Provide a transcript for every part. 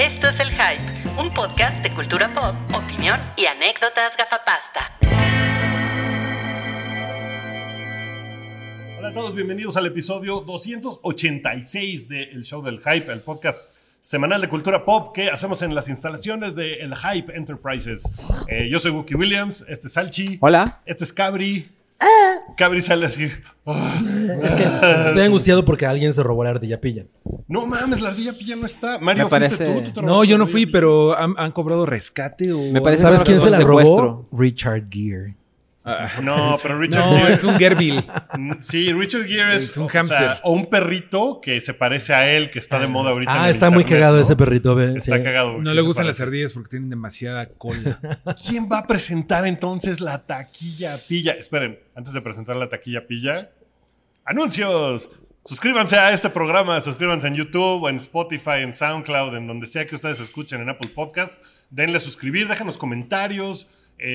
Esto es El Hype, un podcast de cultura pop, opinión y anécdotas gafapasta. Hola a todos, bienvenidos al episodio 286 de El Show del Hype, el podcast semanal de cultura pop que hacemos en las instalaciones de El Hype Enterprises. Yo soy Wookie Williams, este es Salchi. Hola. Este es Cabri. Cabri sale así. Es que estoy angustiado porque alguien se robó la ardilla pilla. No mames, la ardilla pilla no está. Mario, Me parece- ¿fuiste tú? No, yo no fui, pero ¿han cobrado rescate o...? Me parece- ¿Sabes quién se la robó? secuestro. Richard Gere. No, pero Richard No, Gere es un Gerbil. Sí, Richard Gere Es un o sea, hámster. o un perrito que se parece a él, que está de moda ahorita. en Ah, el está muy internet, cagado ¿no? ese perrito. Está sí. cagado. No sí le se gustan las parece. ardillas porque tienen demasiada cola. ¿Quién va a presentar entonces la taquilla pilla? Esperen, antes de presentar la taquilla pilla, ¡anuncios! Suscríbanse a este programa, suscríbanse en YouTube, en Spotify, en SoundCloud, en donde sea que ustedes escuchen, en Apple Podcast. Denle a suscribir, déjenos comentarios.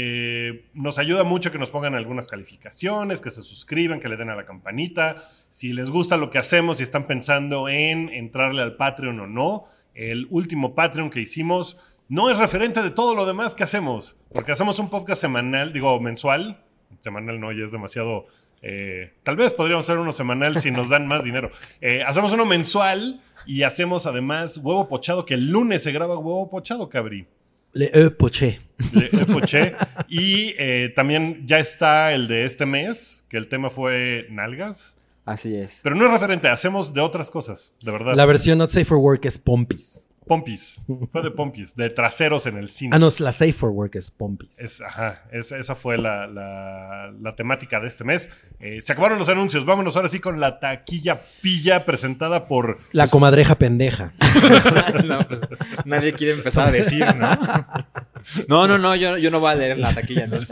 Nos ayuda mucho que nos pongan algunas calificaciones, que se suscriban, que le den a la campanita. Si les gusta lo que hacemos y están pensando en entrarle al Patreon o no, el último Patreon que hicimos no es referente de todo lo demás que hacemos, porque hacemos un podcast semanal, digo mensual. Semanal no, ya es demasiado. Tal vez podríamos hacer uno semanal si nos dan más dinero. Hacemos uno mensual y hacemos además huevo pochado, que el lunes se graba huevo pochado, Cabri. Poché. Poché. Y también ya está el de este mes, que el tema fue nalgas. Así es. Pero no es referente, hacemos de otras cosas, de verdad. La versión Not Safe for Work es Pompis. Pompis. Fue de Pompis, de traseros en el cine. Ah, no, la Safe for Work es Pompis. Esa fue la temática de este mes. Se acabaron los anuncios. Vámonos ahora sí con la taquilla pilla presentada por... La comadreja pendeja. No, pues, nadie quiere empezar a decir, ¿no? No, yo no voy a leer la taquilla. ¿No?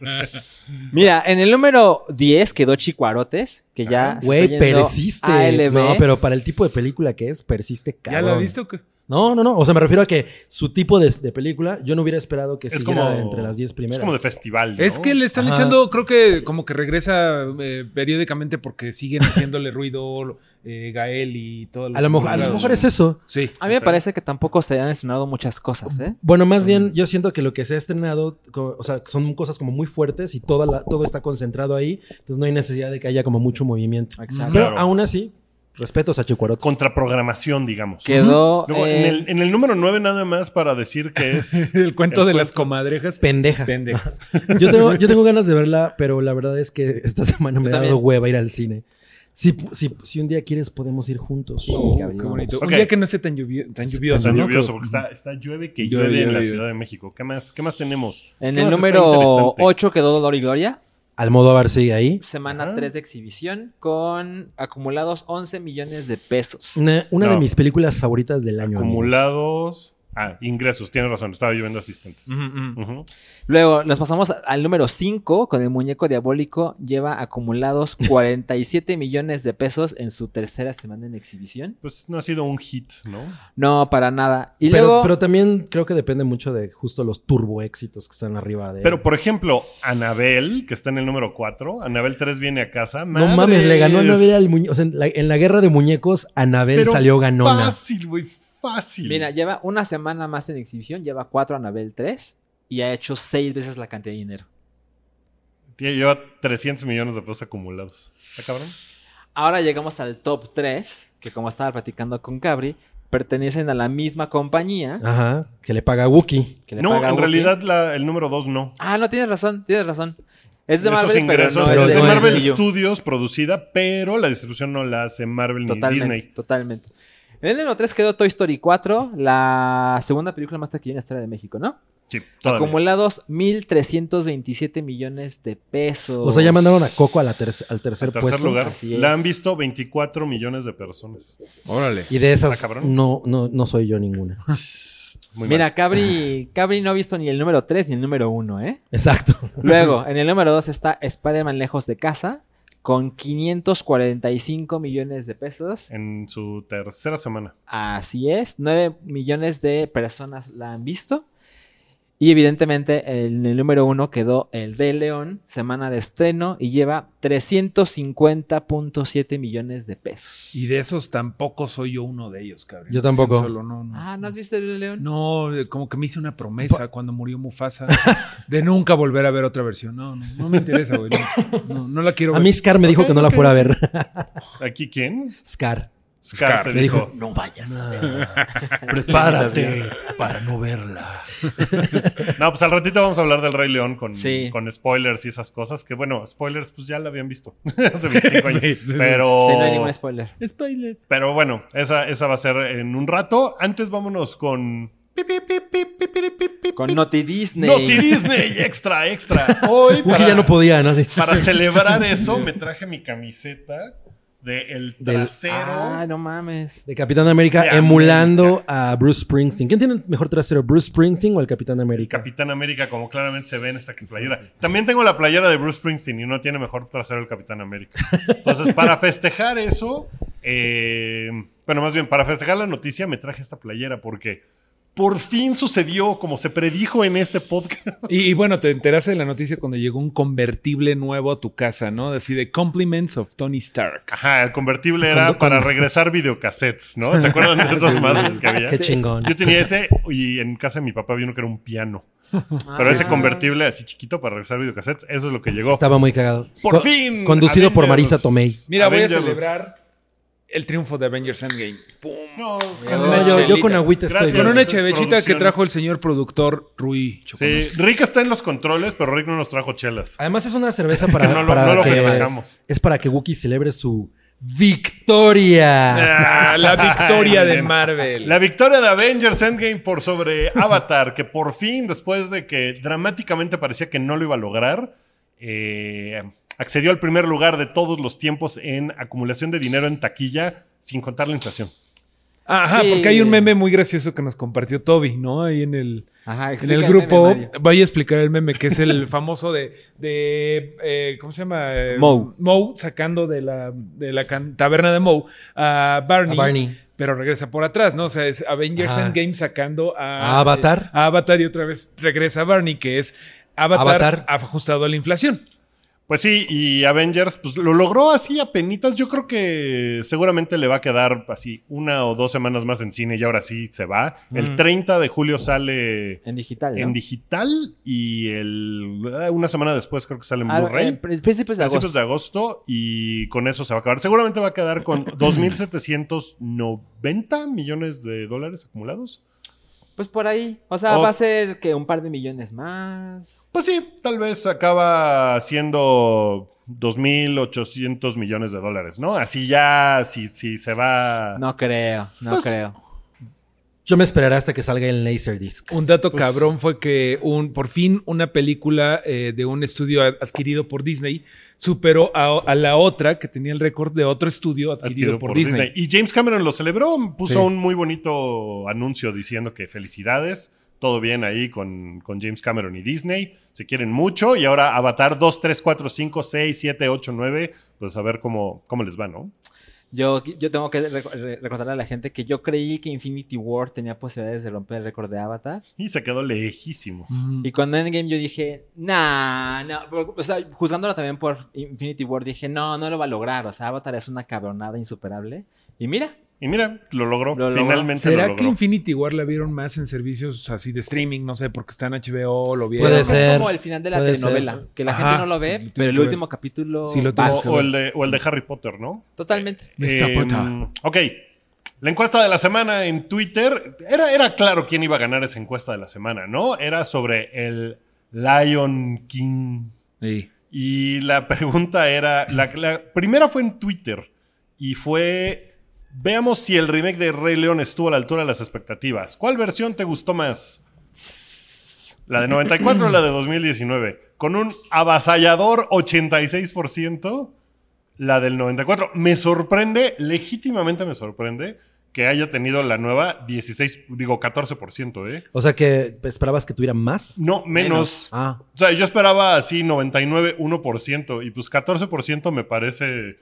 Mira, en el número 10 quedó Chicuarotes, que ya se Güey, está yendo persiste. a ALB. No, pero para el tipo de película que es, persiste ¿Ya cabrón. lo has visto? No. O sea, me refiero a que su tipo de película, yo no hubiera esperado que Es siguiera como, entre las 10 primeras. es como de festival, ¿no? Es que le están Ajá. echando, creo que como que regresa periódicamente porque siguen haciéndole ruido Gael y todo. A lo mejor es eso. Sí. A mí me parece que tampoco se han estrenado muchas cosas, ¿eh? Bueno, más bien, yo siento que lo que se ha estrenado, o sea, son cosas como muy fuertes y todo está concentrado ahí. Entonces no hay necesidad de que haya como mucho movimiento. Exacto. Pero Claro. aún así, respetos a Chicuarotes. Contraprogramación, digamos. Quedó... Luego, en el número 9 nada más para decir que es... El cuento de las comadrejas. Pendejas. Pendejas. Yo tengo ganas de verla, pero la verdad es que esta semana me Yo ha dado también. hueva ir al cine. Si un día quieres, podemos ir juntos. Sí, Oh, cabrón. qué bonito. Ok. Un día que no esté tan lluvioso. Está ¿no? lluvioso, porque está llueve que Llueve, llueve en la llueve. Ciudad de México. ¿Qué más tenemos? En ¿Qué el más está número interesante? 8 quedó Dolor y Gloria. Almodóvar sigue ahí. Semana Ajá. 3 de exhibición con acumulados 11 millones de pesos. Una No. de mis películas favoritas del año. amigos. Acumulados... ingresos, tienes razón. Estaba lloviendo asistentes. Ujú, ujú. Ujú. Luego nos pasamos al número 5 con el muñeco diabólico. Lleva acumulados 47 millones de pesos en su tercera semana en exhibición. Pues no ha sido un hit, ¿no? No, para nada. Y Pero, luego... pero también creo que depende mucho de justo los turbo éxitos que están arriba de... Pero, por ejemplo, Anabel, que está en el número 4, Anabel 3 viene a casa. no mames, le ganó a Anabel al muñeco. O sea, en la guerra de muñecos, Anabel Pero salió ganona. Fácil, güey, fácil. Mira, lleva una semana más en exhibición. Lleva 4 Anabel 3. Y ha hecho 6 veces la cantidad de dinero. Lleva 300 millones de pesos acumulados. ¿Está cabrón? Ahora llegamos al top 3. Que como estaba platicando con Cabri, pertenecen a la misma compañía. Ajá, que le paga a Wookie. Que le No, paga a en Wookiee. realidad el número 2 no. Ah, no, tienes razón. Es de Esos Marvel, pero ingresos no pero es de no es Marvel de Studios. Studios producida, pero la distribución no la hace Marvel ni Disney. Totalmente. En el número 3 quedó Toy Story 4, la segunda película más taquillera en la historia de México, ¿no? Sí, todavía. Acumulados 1,327 millones de pesos. O sea, ya mandaron a Coco al tercer En tercer puesto. lugar, Así la es. han visto 24 millones de personas. Órale. Y de esas, ¿Está cabrón? no soy yo ninguna. Muy Mira, mal. Cabri no ha visto ni el número 3 ni el número 1, ¿eh? Exacto. Luego, en el número 2 está Spider-Man Lejos de Casa, con 545 millones de pesos. En su tercera semana. Así es, 9 millones de personas la han visto. Y evidentemente en el número 1 quedó El Rey León, semana de estreno, y lleva 350.7 millones de pesos. Y de esos tampoco soy yo uno de ellos, cabrón. Yo tampoco. Solo, no. ¿No has visto El Rey León? No, como que me hice una promesa cuando murió Mufasa de nunca volver a ver otra versión. No me interesa, güey. No la quiero A ver. mí Scar me dijo que no la fuera a ver. ¿Aquí quién? Scar. Scar te Me dijo, dijo, no vayas a ver. prepárate para no verla. No, pues al ratito vamos a hablar del Rey León con spoilers y esas cosas. Que bueno, spoilers pues ya la habían visto hace 25 años. Sí. Pero... Sí, no hay ningún spoiler. Pero bueno, esa va a ser en un rato. Antes vámonos con... Con Naughty Disney. Naughty Disney, extra. Hoy, Que ya no podía, ¿no? Sí. para celebrar eso, me traje mi camiseta del trasero. Ah, no mames. De Capitán América De emulando a Bruce Springsteen. ¿Quién tiene el mejor trasero, Bruce Springsteen o el Capitán América? Capitán América, como claramente se ve en esta playera. También tengo la playera de Bruce Springsteen y no tiene mejor trasero el Capitán América. Entonces, para festejar eso, bueno, más bien, para festejar la noticia, me traje esta playera porque por fin sucedió como se predijo en este podcast. Y bueno, te enteraste de la noticia cuando llegó un convertible nuevo a tu casa, ¿no? Así de Compliments of Tony Stark. Ajá, el convertible era para regresar videocassettes, ¿no? ¿Se acuerdan de esas madres que había? Qué chingón. Yo tenía ese y en casa de mi papá había uno que era un piano. Pero ese convertible así chiquito para regresar videocassettes, eso es lo que llegó. Estaba muy cagado. ¡Por fin! Conducido por Avengers. Marisa Tomei. Mira, Avengers. voy a celebrar el triunfo de Avengers Endgame. ¡Pum! No, Con no, una yo chelita. con agüita estoy Gracias. bien. Con una Esa chevechita producción. que trajo el señor productor Rui Sí, Choconosky. Rick está en los controles, pero Rick no nos trajo chelas. Además es una cerveza para, No lo para que festejamos. es para que Wookiee celebre su victoria. Ah, la victoria de Marvel. La victoria de Avengers Endgame por sobre Avatar, que por fin, después de que dramáticamente parecía que no lo iba a lograr, accedió al primer lugar de todos los tiempos en acumulación de dinero en taquilla, sin contar la inflación. Ajá, Sí. porque hay un meme muy gracioso que nos compartió Toby, ¿no? Ahí en el Ajá, en explica el meme, grupo. Mario. Voy a explicar el meme, que es el famoso ¿cómo se llama? Moe. Sacando de la taberna de Moe a Barney. A Barney. Pero regresa por atrás, ¿no? O sea, es Avengers Ajá. Endgame sacando ¿A Avatar? A Avatar y otra vez regresa Barney, que es Avatar. ajustado a la inflación. Pues sí, y Avengers pues lo logró así apenitas. Yo creo que seguramente le va a quedar así 1 o 2 semanas más en cine y ahora sí se va. El 30 de julio sale En digital, ¿no? en digital y una semana después creo que sale en Blu-ray. Principios de agosto. Principios de agosto y con eso se va a acabar. Seguramente va a quedar con 2.790 millones de dólares acumulados. Pues por ahí. O sea, O- va a ser que un par de millones más. Pues sí, tal vez acaba siendo 2.800 millones de dólares, ¿no? Así ya, si se va... No creo, Pues, creo. Yo me esperaré hasta que salga el Laserdisc. Un dato Pues- cabrón fue que por fin una película de un estudio adquirido por Disney superó a la otra que tenía el récord de otro estudio adquirido por Disney. Y James Cameron lo celebró, puso Sí. un muy bonito anuncio diciendo que felicidades, todo bien ahí con James Cameron y Disney, se quieren mucho y ahora Avatar 2, 3, 4, 5, 6, 7, 8, 9, pues a ver cómo les va, ¿no? Yo tengo que recordarle a la gente que yo creí que Infinity War tenía posibilidades de romper el récord de Avatar. Y se quedó lejísimos. Y con Endgame yo dije, no. O sea, juzgándola también por Infinity War, dije, no lo va a lograr. O sea, Avatar es una cabronada insuperable. Y mira, Y mira, lo logró, Lo logró. finalmente lo ¿Será logró. que Infinity War la vieron más en servicios así de streaming? No sé, porque está en HBO, lo vieron. Puede es ser. como el final de la Puede telenovela. ser. Que la Ajá. gente no lo ve, pero el último capítulo... Sí, lo vas. tengo. O el de Harry Potter, ¿no? Totalmente. Mr. Potter. Ok. La encuesta de la semana en Twitter. Era claro quién iba a ganar esa encuesta de la semana, ¿no? Era sobre el Lion King. Sí. Y la pregunta era... La primera fue en Twitter. Y fue... Veamos si el remake de Rey León estuvo a la altura de las expectativas. ¿Cuál versión te gustó más? ¿La de 94 o la de 2019? Con un avasallador 86%. La del 94. Me sorprende, legítimamente me sorprende, que haya tenido la nueva 14%, ¿eh? O sea que esperabas que tuviera más. No, menos. Ah, O sea, yo esperaba así 99, 1%. Y pues 14% me parece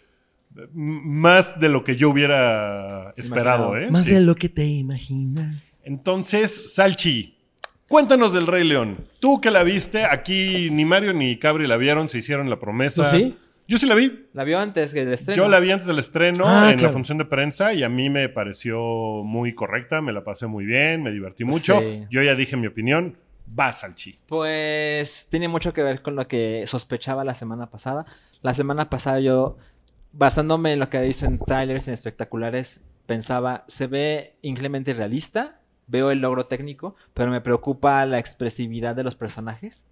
más de lo que yo hubiera esperado, Imaginado. ¿eh? más Sí. de lo que te imaginas. Entonces, Salchi, Cuéntanos del Rey León. Tú que la viste, aquí ni Mario ni Cabri la vieron, se hicieron la promesa. ¿Tú sí? Yo sí la vi. La vio antes que el estreno. Yo la vi antes del estreno en la claro. función de prensa y a mí me pareció muy correcta, me la pasé muy bien, me divertí mucho. Sí. Yo ya dije mi opinión. Va, Salchi. Pues tiene mucho que ver con lo que sospechaba la semana pasada. La semana pasada yo, basándome en lo que he visto en trailers, en espectaculares, pensaba, se ve increíblemente realista, veo el logro técnico, pero me preocupa la expresividad de los personajes.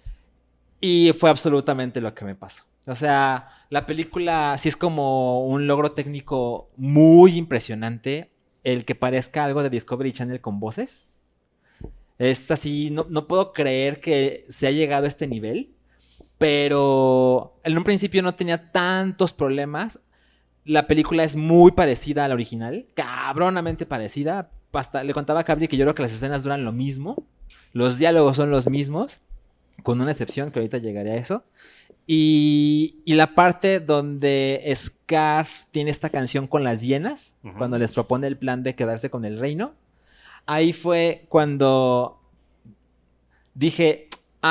Y fue absolutamente lo que me pasó. O sea, la película sí es como un logro técnico muy impresionante, el que parezca algo de Discovery Channel con voces. Es así, no puedo creer que se ha llegado a este nivel, pero en un principio no tenía tantos problemas. La película es muy parecida a la original, cabronamente parecida. Hasta le contaba a Cabri que yo creo que las escenas duran lo mismo, los diálogos son los mismos, con una excepción que ahorita llegaré a eso. Y la parte donde Scar tiene esta canción con las hienas, cuando les propone el plan de quedarse con el reino. Ahí fue cuando dije,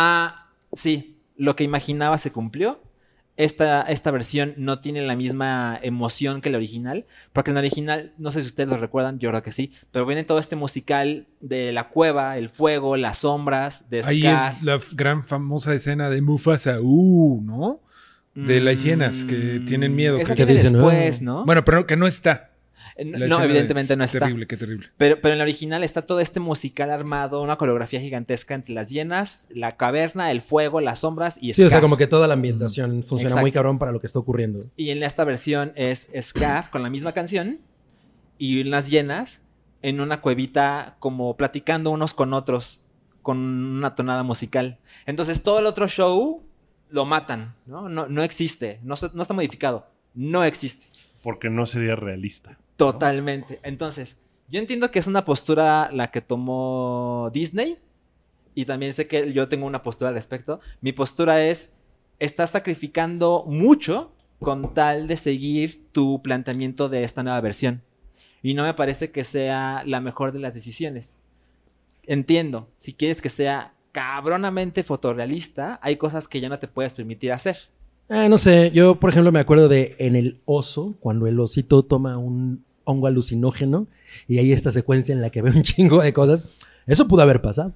sí, lo que imaginaba se cumplió. Esta versión no tiene la misma emoción que la original, porque en la original, no sé si ustedes lo recuerdan, yo creo que sí, pero viene todo este musical de la cueva, el fuego, las sombras, de Scar. Ahí es la gran famosa escena de Mufasa, ¿no? De las hienas que tienen miedo. Esa que- viene dicen, después, ¿no? Bueno, pero que no está. La No, escena evidentemente es no está. Terrible, qué terrible. Pero en la original está todo este musical armado, una coreografía gigantesca entre las hienas, la caverna, el fuego, las sombras y Sí, o sea, Scar. como que toda la ambientación funciona Exacto. muy cabrón para lo que está ocurriendo. Y en esta versión es Scar con la misma canción y unas hienas en una cuevita como platicando unos con otros con una tonada musical. Entonces todo el otro show lo matan, ¿no? No existe, no está modificado, no existe. Porque no sería realista. Totalmente. Entonces, yo entiendo que es una postura la que tomó Disney y también sé que yo tengo una postura al respecto. Mi postura es, estás sacrificando mucho con tal de seguir tu planteamiento de esta nueva versión. Y no me parece que sea la mejor de las decisiones. Entiendo, si quieres que sea cabronamente fotorrealista, hay cosas que ya no te puedes permitir hacer. No sé, yo por ejemplo me acuerdo de en el oso, cuando el osito toma un hongo alucinógeno y hay esta secuencia en la que ve un chingo de cosas. Eso pudo haber pasado.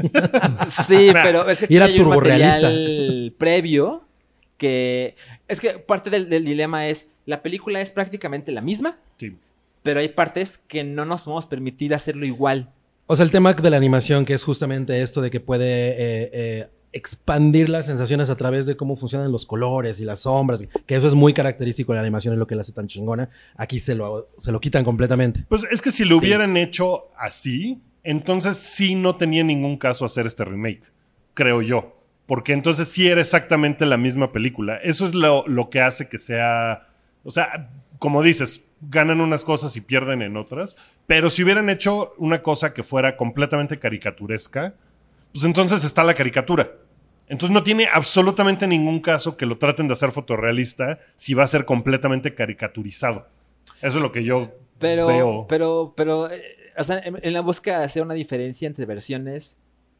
Sí, pero es que Y era aquí hay un turborrealista. material previo que... Es que parte del dilema es, la película es prácticamente la misma, Sí. pero hay partes que no nos podemos permitir hacerlo igual. O sea, el tema de la animación, que es justamente esto de que puede expandir las sensaciones a través de cómo funcionan los colores y las sombras, que eso es muy característico de la animación, es lo que la hace tan chingona. Aquí se lo quitan completamente. Pues es que si lo Sí. hubieran hecho así, entonces sí no tenía ningún caso hacer este remake, creo yo. Porque entonces sí era exactamente la misma película. Eso es lo que hace que sea... O sea, como dices, ganan unas cosas y pierden en otras. Pero si hubieran hecho una cosa que fuera completamente caricaturesca, pues entonces está la caricatura. Entonces no tiene absolutamente ningún caso que lo traten de hacer fotorrealista si va a ser completamente caricaturizado. Eso es lo que yo veo. Pero, o sea, en la búsqueda de hacer una diferencia entre versiones,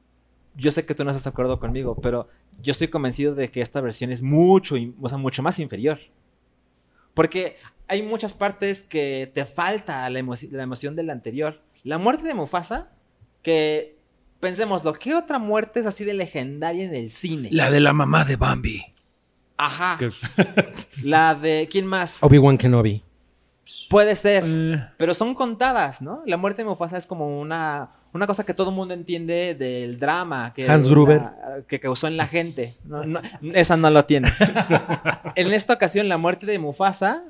yo sé que tú no estás de acuerdo conmigo, pero yo estoy convencido de que esta versión es mucho más inferior. Porque hay muchas partes que te falta la emoción de la anterior. La muerte de Mufasa, que pensémoslo, ¿qué otra muerte es así de legendaria en el cine? La de la mamá de Bambi. Ajá. Que es- La de... ¿Quién más? Obi-Wan Kenobi. Puede ser. Pero son contadas, ¿no? La muerte de Mufasa es como una cosa que todo el mundo entiende del drama que, Hans Gruber. que causó en la gente. Esa no lo tiene. En esta ocasión, la muerte de Mufasa,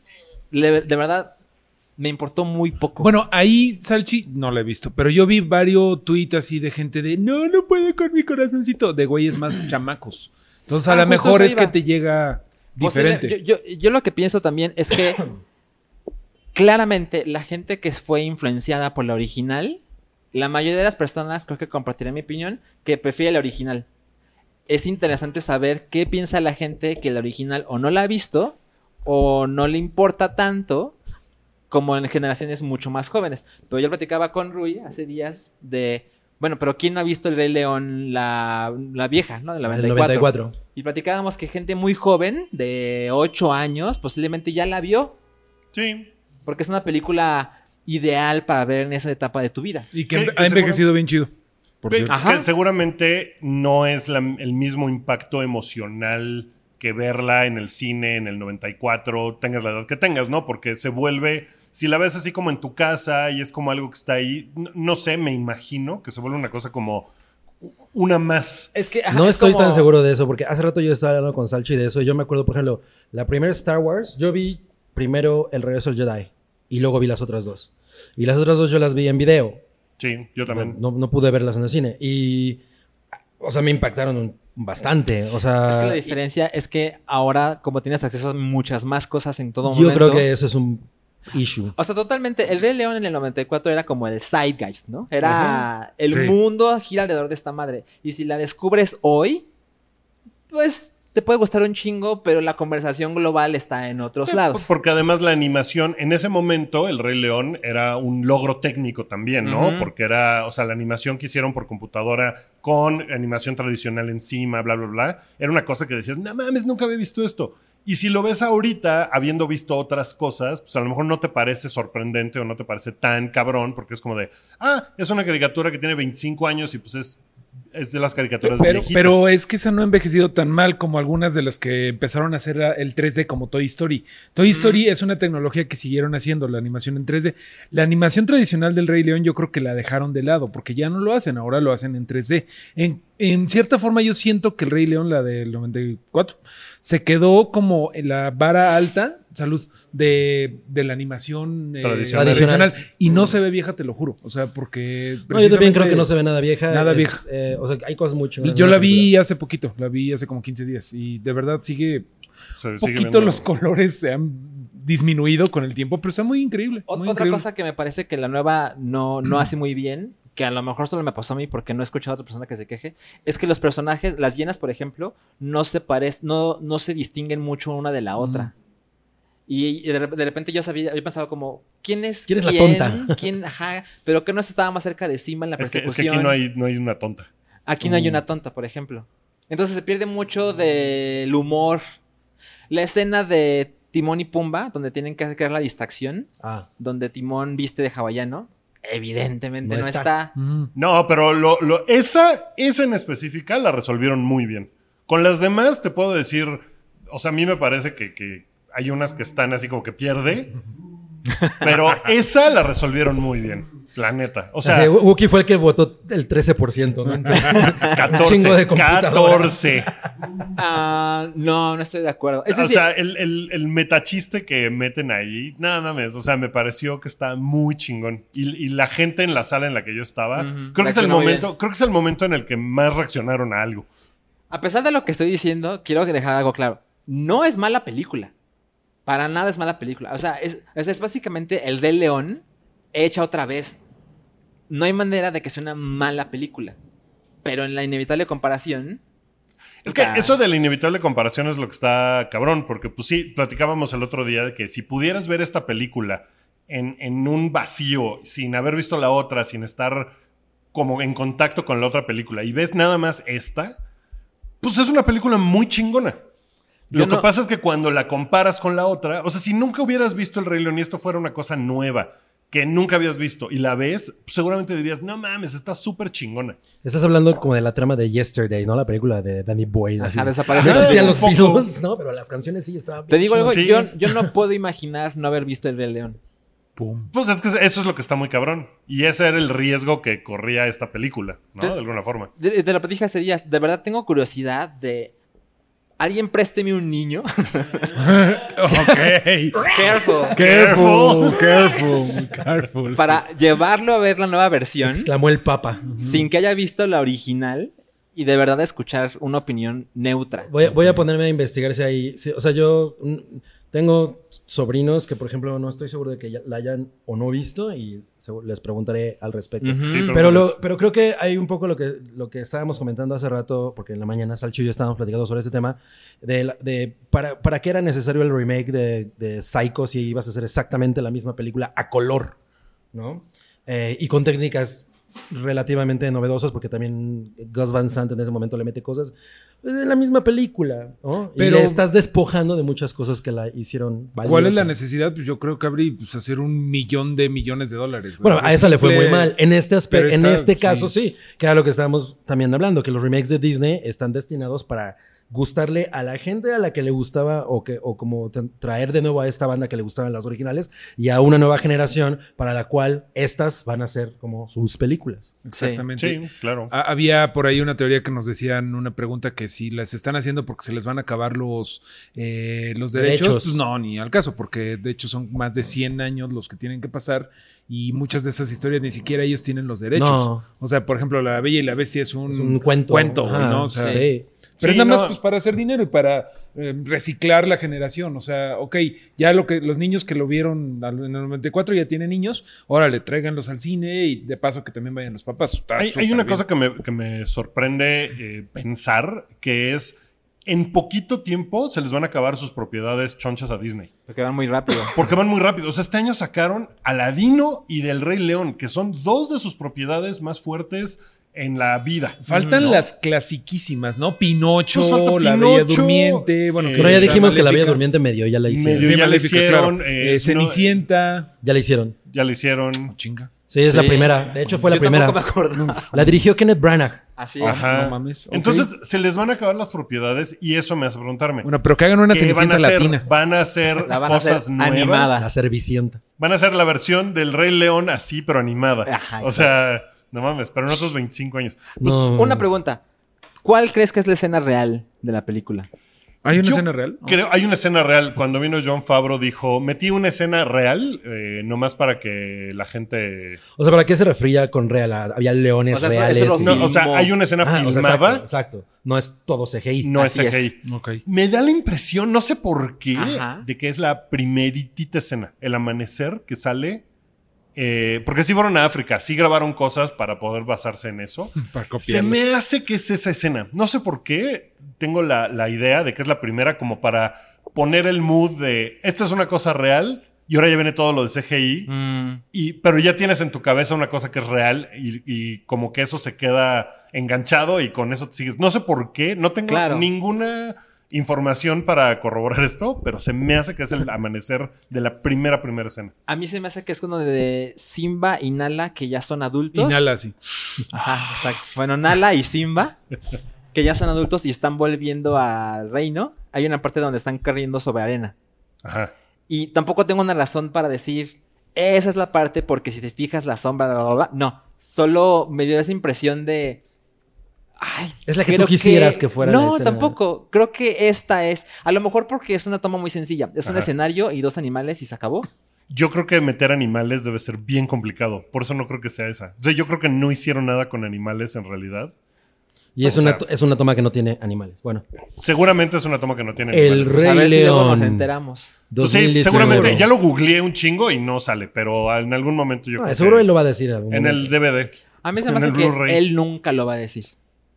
de verdad, me importó muy poco. Bueno, ahí, Salchi, no la he visto, pero yo vi varios tweets así de gente de no puedo con mi corazoncito, de güeyes más chamacos. Entonces, a lo Justo mejor eso es que iba. te llega diferente. Yo lo que pienso también es que claramente la gente que fue influenciada por la original, la mayoría de las personas, creo que compartiré mi opinión, que prefiere la original. Es interesante saber qué piensa la gente que la original o no la ha visto o no le importa tanto como en generaciones mucho más jóvenes. Pero yo platicaba con Rui hace días de, Bueno, pero ¿quién no ha visto el Rey León, la vieja, ¿no? De la El 94. 94. Y platicábamos que gente muy joven, de 8 años, posiblemente ya la vio. Sí. Porque es una película ideal para ver en esa etapa de tu vida. Y que Que ha envejecido bien chido. Por Ve- cierto. Ajá. que seguramente no es el mismo impacto emocional que verla en el cine en el 94, tengas la edad que tengas, ¿no? Porque se vuelve, si la ves así como en tu casa y es como algo que está ahí, no sé, me imagino que se vuelve una cosa como una más. Es que ajá, No es estoy como- tan seguro de eso, porque hace rato yo estaba hablando con Salchi de eso. Y yo me acuerdo, por ejemplo, la primera Star Wars, yo vi primero El Regreso del Jedi y luego vi las otras dos. Y las otras dos yo las vi en video. Sí, yo también. No pude verlas en el cine. Y, o sea, me impactaron bastante. O sea, Es que la diferencia es que ahora, como tienes acceso a muchas más cosas en todo yo momento... creo que eso es un issue. O sea, totalmente. El Rey León en el 94 era como el zeitgeist, ¿no? Era el Sí. mundo gira alrededor de esta madre. Y si la descubres hoy, pues te puede gustar un chingo, pero la conversación global está en otros lados. Porque además la animación, en ese momento, El Rey León era un logro técnico también, ¿no? Ujú. Porque era, o sea, la animación que hicieron por computadora con animación tradicional encima, bla, bla, bla, era una cosa que decías, no mames, nunca había visto esto. Y si lo ves ahorita, habiendo visto otras cosas, pues a lo mejor no te parece sorprendente o no te parece tan cabrón, porque es como de, es una caricatura que tiene 25 años y pues es de las caricaturas viejitas. Pero es que esa no ha envejecido tan mal como algunas de las que empezaron a hacer el 3D como Toy Story. Toy Story es una tecnología que siguieron haciendo, la animación en 3D. La animación tradicional del Rey León yo creo que la dejaron de lado porque ya no lo hacen, ahora lo hacen en 3D. En cierta forma yo siento que el Rey León, la del 94, se quedó como en la vara alta, salud, de la animación tradicional. Y no se ve vieja, te lo juro. O sea, porque... No, yo también creo precisamente- que no se ve nada vieja. Nada Es, vieja. O sea, hay cosas muy chingonas Yo en la película. vi hace poquito, la vi hace como 15 días y de verdad sigue Se un sigue poquito viendo- los colores se han disminuido con el tiempo, pero está muy increíble. muy Otra increíble. cosa que me parece que la nueva no hace muy bien, que a lo mejor solo me pasó a mí porque no he escuchado a otra persona que se queje, es que los personajes, las hienas, por ejemplo, no se distinguen mucho una de la otra. Y de repente yo pensaba como, ¿quién es ¿Quién es la quién? tonta? ¿Quién? Ajá, pero que no estaba más cerca de Simba en la Es que persecución. aquí no hay una tonta. Aquí no hay una tonta, por ejemplo. Entonces se pierde mucho del humor. La escena de Timón y Pumba, donde tienen que crear la distracción, Ah, donde Timón viste de hawaiano, evidentemente No no está. está. No, pero esa en específica la resolvieron muy bien. Con las demás te puedo decir, o sea, a mí me parece que hay unas que están así como que pierde, pero esa la resolvieron muy bien, la neta. O sea, Wookie fue el que votó el 13%, ¿no? 14. chingo de computadoras. 14. No estoy de acuerdo. Es O decir, sea, el metachiste que meten ahí, nada mames, o sea, me pareció que está muy chingón. Y la gente en la sala en la que yo estaba, Ujú, creo que es el reaccionó muy momento, creo que es el momento en el que más reaccionaron a algo. a pesar de lo que estoy diciendo, quiero dejar algo claro. No es mala película. Para nada es mala película. O sea, es básicamente el Rey León hecha otra vez. No hay manera de que sea una mala película. Pero en la inevitable comparación... Es que puta, eso de la inevitable comparación es lo que está cabrón, porque pues sí, platicábamos el otro día de que si pudieras ver esta película en un vacío, sin haber visto la otra, sin estar como en contacto con la otra película, y ves nada más esta, pues es una película muy chingona. Lo que pasa es que cuando la comparas con la otra, o sea, si nunca hubieras visto El Rey León y esto fuera una cosa nueva, que nunca habías visto, y la ves, seguramente dirías, no mames, está súper chingona. Estás hablando como de la trama de Yesterday, ¿no? La película de Danny Boyle. Ajá, así. desaparece. No existían un los poco. filos, ¿no? Pero las canciones sí estaban Te bien digo algo, Sí. yo no puedo imaginar no haber visto el Rey León. Pum. Pues es que eso es lo que está muy cabrón. Y ese era el riesgo que corría esta película, ¿no? Te- De alguna forma. Te lo dije hace días. De verdad tengo curiosidad de... ¿Alguien présteme un niño? Ok. Careful. Careful. Para llevarlo a ver la nueva versión Exclamó el Papa. sin que haya visto la original y de verdad escuchar una opinión neutra. Voy a ponerme a investigar si hay... o sea, yo tengo sobrinos que, por ejemplo, no estoy seguro de que la hayan o no visto y les preguntaré al respecto. Ujú. Sí, Pero creo que hay un poco lo que estábamos comentando hace rato, porque en la mañana Salchi y yo estábamos platicando sobre este tema, para qué era necesario el remake de Psycho si ibas a hacer exactamente la misma película a color, ¿no? Y con técnicas relativamente novedosas, porque también Gus Van Sant en ese momento le mete cosas de la misma película, ¿no? Pero- y le estás despojando de muchas cosas que la hicieron valiosa. ¿Cuál es la necesidad? Pues yo creo que habría hacer $1 millón de dólares. Bueno, a esa le fue muy mal. En este aspecto, pero en está- este caso sí. sí, que era lo que estábamos también hablando, que los remakes de Disney están destinados para gustarle a la gente a la que le gustaba o como traer de nuevo a esta banda que le gustaban las originales y a una nueva generación para la cual estas van a ser como sus películas. Exactamente. Sí, claro. Había por ahí una teoría que nos decían, una pregunta que si las están haciendo porque se les van a acabar los derechos, pues no, ni al caso, porque de hecho son más de 100 años los que tienen que pasar y muchas de esas historias ni siquiera ellos tienen los derechos. No. O sea, por ejemplo, La Bella y la Bestia es Es un cuento. güey, Ajá, ¿no? O sea, sí. pero Sí, es nada más no. pues, para hacer dinero y para reciclar la generación. O sea, ok, ya los niños que lo vieron en el 94 ya tienen niños, órale, tráiganlos al cine y de paso que también vayan los papás. Está Hay súper una bien. cosa que me sorprende pensar, que es en poquito tiempo se les van a acabar sus propiedades chonchas a Disney. Porque van muy rápido. Porque van muy rápido. O sea, este año sacaron Aladino y del Rey León, que son dos de sus propiedades más fuertes en la vida. Faltan ¿no? las clasiquísimas, ¿no? Pinocho, Pues falta La Bella Pinocho, Durmiente. Bueno, Pero ya está dijimos que la Bella Maléfica. Durmiente medio ya la hicieron. Medio Sí, ya la Maléfica, hicieron, claro. si no- Cenicienta. Ya la hicieron. Ya le hicieron. Chinga. Sí, es la Sí. primera. De hecho, fue la Yo primera. tampoco me acuerdo. La dirigió Kenneth Branagh. Así es. Ajá. No mames. Ok. Entonces, se les van a acabar las propiedades y eso me hace preguntarme. Bueno, pero que hagan una ¿Qué van a Cenicienta hacer? latina. ¿Van a hacer La van a cosas hacer nuevas? animada. La Servicienta. Van a hacer la versión del Rey León así, pero animada. Ajá, o sea, no mames, pero en otros 25 años. Pues, No. Una pregunta. ¿Cuál crees que es la escena real de la película? ¿Hay una yo escena real? Creo, hay una escena real. Cuando vino Jon Favreau dijo, metí una escena real, nomás para que la gente... O sea, ¿para qué se refería con real? Había leones O sea, eso reales. lo y- No, o sea, Filmó. hay una escena Ah, o sea, filmada, exacto. No es todo CGI. no es Así es. CGI. Ok. Me da la impresión, no sé por qué, Ajá. de que es la primeritita escena. El amanecer que sale... porque sí fueron a África, sí grabaron cosas para poder basarse en eso. Para Se copiarlos. me hace que es esa escena. No sé por qué. Tengo la idea de que es la primera como para poner el mood de esta es una cosa real y ahora ya viene todo lo de CGI. Pero ya tienes en tu cabeza una cosa que es real y como que eso se queda enganchado y con eso te sigues. No sé por qué. No tengo Claro. ninguna información para corroborar esto, pero se me hace que es el amanecer de la primera escena. A mí se me hace que es uno de Simba y Nala, que ya son adultos. Inhala, sí. Ajá, exacto. Bueno, Nala y Simba, que ya son adultos y están volviendo al reino. Hay una parte donde están corriendo sobre arena. Ajá. Y tampoco tengo una razón para decir, esa es la parte porque si te fijas la sombra, bla, bla, bla. No, solo me dio esa impresión de... Ay, Es la que creo tú quisieras que fuera la No, escena. tampoco. Creo que esta es... A lo mejor porque es una toma muy sencilla. Es un Ajá. escenario y dos animales y se acabó. Yo creo que meter animales debe ser bien complicado. Por eso no creo que sea esa. O sea, yo creo que no hicieron nada con animales en realidad. Y es O una, sea- es una toma que no tiene animales. Bueno. Seguramente es una toma que no tiene El animales. Pues a Rey ver si luego nos León. enteramos. Pues sí, 2019. seguramente. Ya lo googleé un chingo y no sale, pero en algún momento yo No, creo seguro que él lo va a decir. En algún en el momento. DVD. A mí se En me hace el que Blu-ray. él nunca lo va a decir.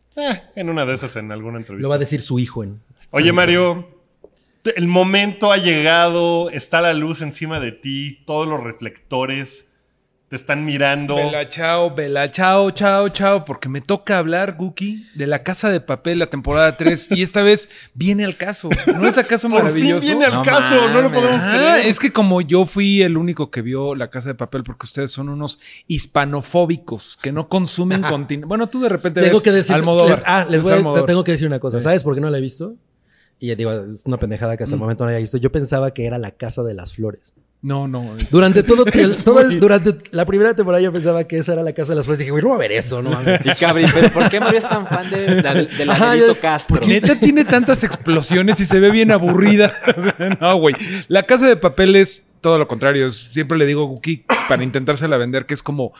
En una de esas, en alguna entrevista. Lo va a decir su hijo en... Oye, Mario, el momento ha llegado, está la luz encima de ti, todos los reflectores te están mirando. Bella, chao, chao, porque me toca hablar, Guki, de La Casa de Papel, la temporada 3, y esta vez viene al caso. ¿No es acaso Por maravilloso? fin viene al No caso, no lo mames. podemos creer. Es que como yo fui el único que vio La Casa de Papel, porque ustedes son unos hispanofóbicos que no consumen contenido. Bueno, tú de repente Tengo ves que decir... Almodóvar. les Ves Almodóvar. tengo que decir una cosa. Sí. ¿Sabes por qué no la he visto? Y digo, es una pendejada que hasta el momento no haya visto. Yo pensaba que era La Casa de las Flores. No. Durante durante la primera temporada yo pensaba que esa era La Casa de las Flores. Dije, güey, no va a ver eso, no mames. Y Cabri, ¿pero por qué Mario es tan fan de Ajá, Adelito yo- Castro? Neta tiene tantas explosiones y se ve bien aburrida. O sea, no, güey. La Casa de Papel es todo lo contrario. Siempre le digo a Guki para intentársela vender que es como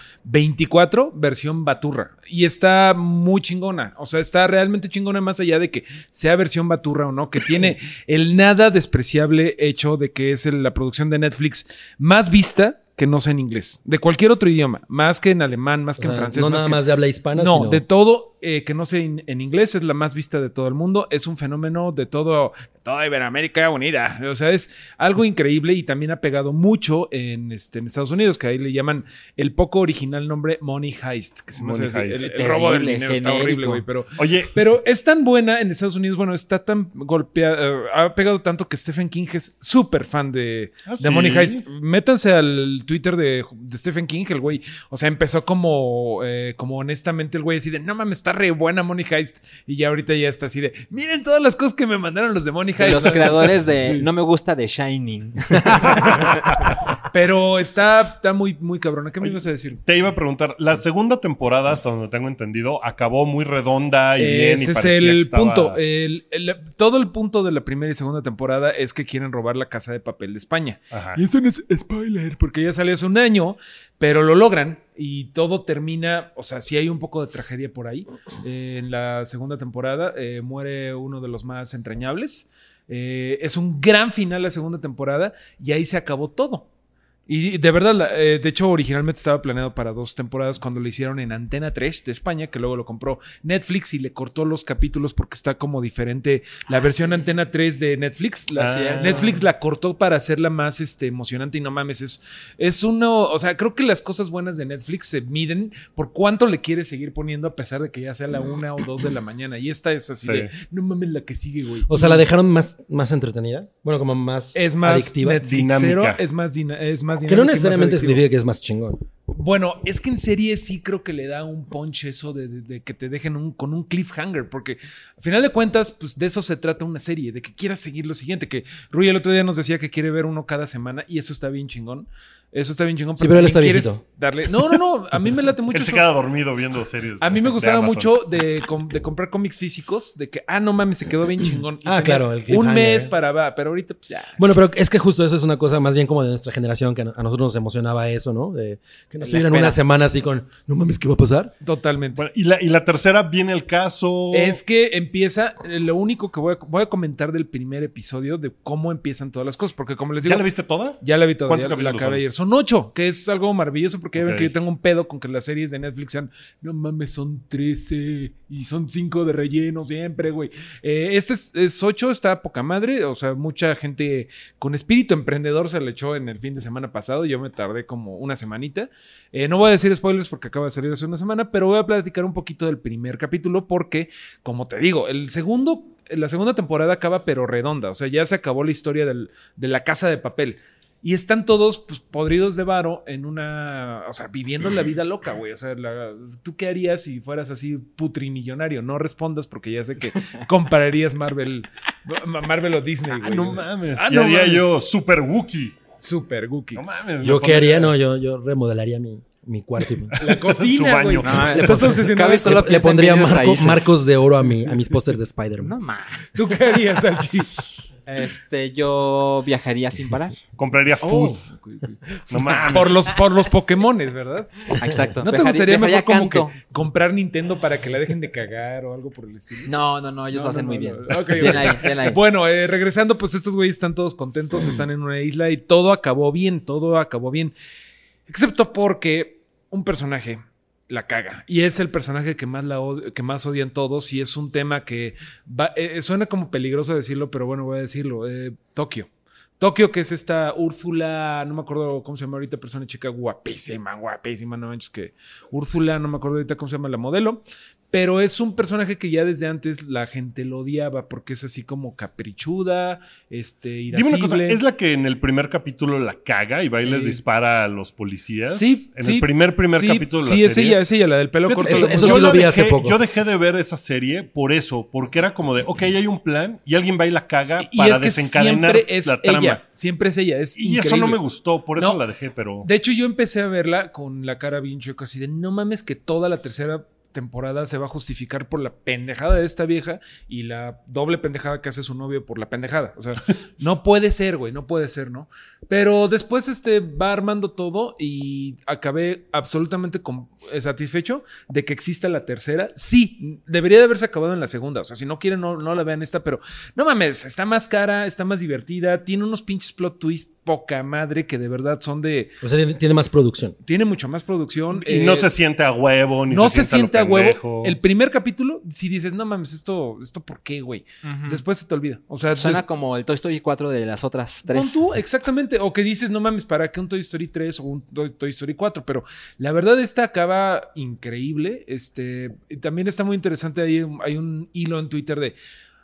24 versión baturra. Y está muy chingona. O sea, está realmente chingona más allá de que sea versión baturra o no. Que tiene el nada despreciable hecho de que es la producción de Netflix más vista que no sea en inglés. De cualquier otro idioma. Más que en alemán, más que O en sea, francés. no nada que... más de habla hispana, No, sino... de todo que no sé en inglés, es la más vista de todo el mundo. Es un fenómeno de toda Iberoamérica unida. O sea, es algo increíble y también ha pegado mucho en Estados Unidos, que ahí le llaman el poco original nombre Money Heist, que se me hace así, el robo del dinero. Está horrible, güey. Pero es tan buena en Estados Unidos, bueno, está tan golpeada, ha pegado tanto que Stephen King es súper fan de Money Heist. Métanse al Twitter de Stephen King, el güey. O sea, empezó como honestamente el güey así de, no mames, está re buena Money Heist. Y ya ahorita ya está así de, miren todas las cosas que me mandaron los de Money Heist. Los creadores de sí. No me gusta de Shining. Pero está muy, muy cabrona. ¿Qué me ibas a decir? Te iba a preguntar, la segunda temporada, hasta donde tengo entendido, acabó muy redonda y bien. Ese es el punto. Todo el punto de la primera y segunda temporada es que quieren robar la Casa de Papel de España. Ajá. Y eso no es spoiler, porque ya salió hace un año, pero lo logran y todo termina, o sea, sí hay un poco de tragedia por ahí. En la segunda temporada muere uno de los más entrañables. Es un gran final la segunda temporada y ahí se acabó todo. Y de verdad, de hecho, originalmente estaba planeado para 2 temporadas cuando lo hicieron en Antena 3 de España, que luego lo compró Netflix y le cortó los capítulos porque está como diferente la versión Antena 3 de Netflix. Netflix la cortó para hacerla más emocionante y no mames, es uno, o sea, creo que las cosas buenas de Netflix se miden por cuánto le quiere seguir poniendo a pesar de que ya sea la 1 o 2 de la mañana. Y esta es así de, no mames la que sigue, güey. O sea, ¿la dejaron más entretenida? Bueno, como más adictiva. Netflixero, es más que no necesariamente significa que es más chingón. Bueno, es que en serie sí creo que le da un punch eso de que te dejen con un cliffhanger, porque al final de cuentas, pues de eso se trata una serie, de que quieras seguir lo siguiente, que Rui el otro día nos decía que quiere ver uno cada semana y eso está bien chingón. Eso está bien chingón. Sí, pero él está viejito. No, a mí me late mucho. Él se queda dormido viendo series. A mí me gustaba mucho de comprar cómics físicos, de que, no mames, se quedó bien chingón. Y claro. Un mes para, pero ahorita pues ya. Bueno, pero es que justo eso es una cosa más bien como de nuestra generación, que a nosotros nos emocionaba eso, ¿no? De que nos estuvieran una semana así con, no mames, ¿qué va a pasar? Totalmente. Bueno, y la tercera viene el caso. Es que empieza, lo único que voy a comentar del primer episodio de cómo empiezan todas las cosas, porque como les digo. ¿Ya la viste toda? Ya la vi toda. ¿Cuántos capítulos la acabé ayer. Son 8, que es algo maravilloso porque ya ven que yo tengo un pedo con que las series de Netflix sean, no mames, son 13 y son 5 de relleno siempre, güey. Este es 8, está poca madre, o sea, mucha gente con espíritu emprendedor se le echó en el fin de semana pasado, yo me tardé como una semanita. No voy a decir spoilers porque acaba de salir hace una semana, pero voy a platicar un poquito del primer capítulo porque, como te digo, la segunda temporada acaba pero redonda, o sea, ya se acabó la historia de la Casa de Papel. Y están todos pues, podridos de varo en una... O sea, viviendo la vida loca, güey. O sea, ¿tú qué harías si fueras así putrimillonario? No respondas porque ya sé que compararías Marvel o Disney, güey. No mames. No haría yo Super Wookiee. Super Wookiee. No mames. ¿Yo qué haría? No, yo remodelaría mi cuarto. La cocina, güey. Estás obsesionado. Le pondría marcos de oro a mis pósters de Spider-Man. No mames. ¿Tú qué harías, Alchi? Yo viajaría sin parar. Compraría food. No mames. Por los Pokémones, ¿verdad? Exacto. ¿No te gustaría mejor como que comprar Nintendo para que la dejen de cagar o algo por el estilo? No, ellos lo hacen muy bien. Okay, bien ahí. Bueno, regresando, pues estos güeyes están todos contentos, están en una isla y todo acabó bien. Excepto porque un personaje la caga. Y es el personaje que más odian todos y es un tema que suena como peligroso decirlo, pero bueno, voy a decirlo. Tokio, que es esta Úrsula, no me acuerdo cómo se llama ahorita, persona chica guapísima, no manches que Úrsula, no me acuerdo ahorita cómo se llama la modelo, pero es un personaje que ya desde antes la gente lo odiaba porque es así como caprichuda, irascible. Dime una cosa, ¿es la que en el primer capítulo la caga y va y les dispara a los policías? Sí. En el primer capítulo de la serie. Sí, es ella, la del pelo corto. Eso sí lo vi hace poco. Yo dejé de ver esa serie por eso, porque era como de, ok, hay un plan y alguien va y la caga para desencadenar la trama. Siempre es ella, es y increíble. Eso no me gustó, por eso la dejé, pero... De hecho, yo empecé a verla con la cara bien chueca, así de, no mames que toda la tercera temporada se va a justificar por la pendejada de esta vieja y la doble pendejada que hace su novio por la pendejada. O sea, no puede ser, güey, no puede ser, ¿no? Pero después va armando todo y acabé absolutamente satisfecho de que exista la tercera. Sí, debería de haberse acabado en la segunda. O sea, si no quieren, no la vean esta, pero no mames, está más cara, está más divertida, tiene unos pinches plot twists poca madre que de verdad son de... O sea, tiene más producción. Tiene mucho más producción. Y no se siente a huevo, ni no se siente a huevo. pendejo. El primer capítulo, si dices, no mames, ¿esto por qué, güey? Ujú. Después se te olvida. O sea, Suena como el Toy Story 4 de las otras 3. pon tú, exactamente. O que dices, no mames, ¿para qué un Toy Story 3 o un Toy Story 4? Pero la verdad esta acaba increíble. Y también está muy interesante. Hay un hilo en Twitter de